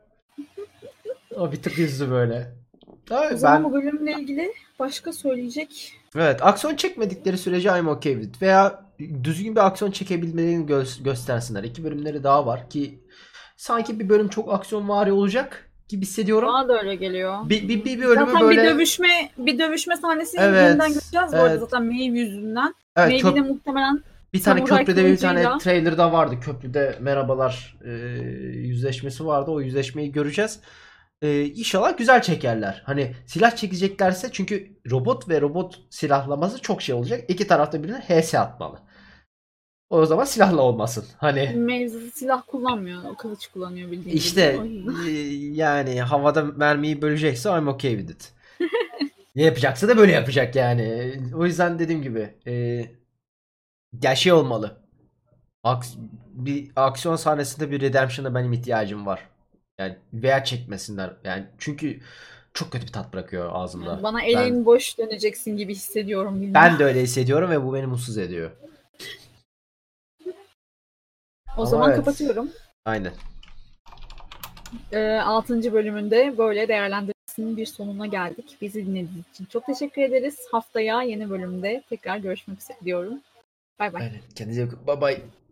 O bir tık üzdü böyle. O Abi zaman ben bu bölümle ilgili başka söyleyecek. evet aksiyon çekmedikleri sürece I'm okay with it. Veya düzgün bir aksiyon çekebilmelerini gö- göstersinler. İki bölümleri daha var ki sanki bir bölüm çok aksiyonvari olacak gibi hissediyorum. Bana da öyle geliyor. Bir, bir, bir bölümü Zaten böyle bir dövüşme bir dövüşme sahnesini evet, yeniden göreceğiz bu arada evet. zaten Maeve yüzünden. Evet, Maeve de köp- muhtemelen bir tane samuray köprüde bir tane kılıcıyla. trailer'da vardı. Köprüde merhabalar e, yüzleşmesi vardı. O yüzleşmeyi göreceğiz. E, inşallah güzel çekerler. Hani silah çekeceklerse çünkü robot ve robot silahlaması çok şey olacak. İki tarafta birine H S atmalı. O zaman silahla olmasın. Hani Maeve silah kullanmıyor. O kılıç kullanıyor bildiğin işte gibi. O yüzden. e, yani havada mermiyi bölecekse I'm okay with it. Ne yapacaksa da böyle yapacak yani. O yüzden dediğim gibi e, ya şey olmalı. Aks- bir aksiyon sahnesinde bir redemption'a benim ihtiyacım var. Yani veya çekmesinler. Yani çünkü çok kötü bir tat bırakıyor ağzımda. Bana Ben elin boş döneceksin gibi hissediyorum. Bilmiyorum. ben de öyle hissediyorum ve bu beni mutsuz ediyor. O Ama zaman evet. kapatıyorum. Aynen. Ee, altıncı bölümünde böyle değerlendirmesinin bir sonuna geldik. Bizi dinlediğiniz için çok teşekkür ederiz. Haftaya yeni bölümde tekrar görüşmek üzere diyorum. Bay bay. Aynen. Kendinize iyi bakın. Bye bye.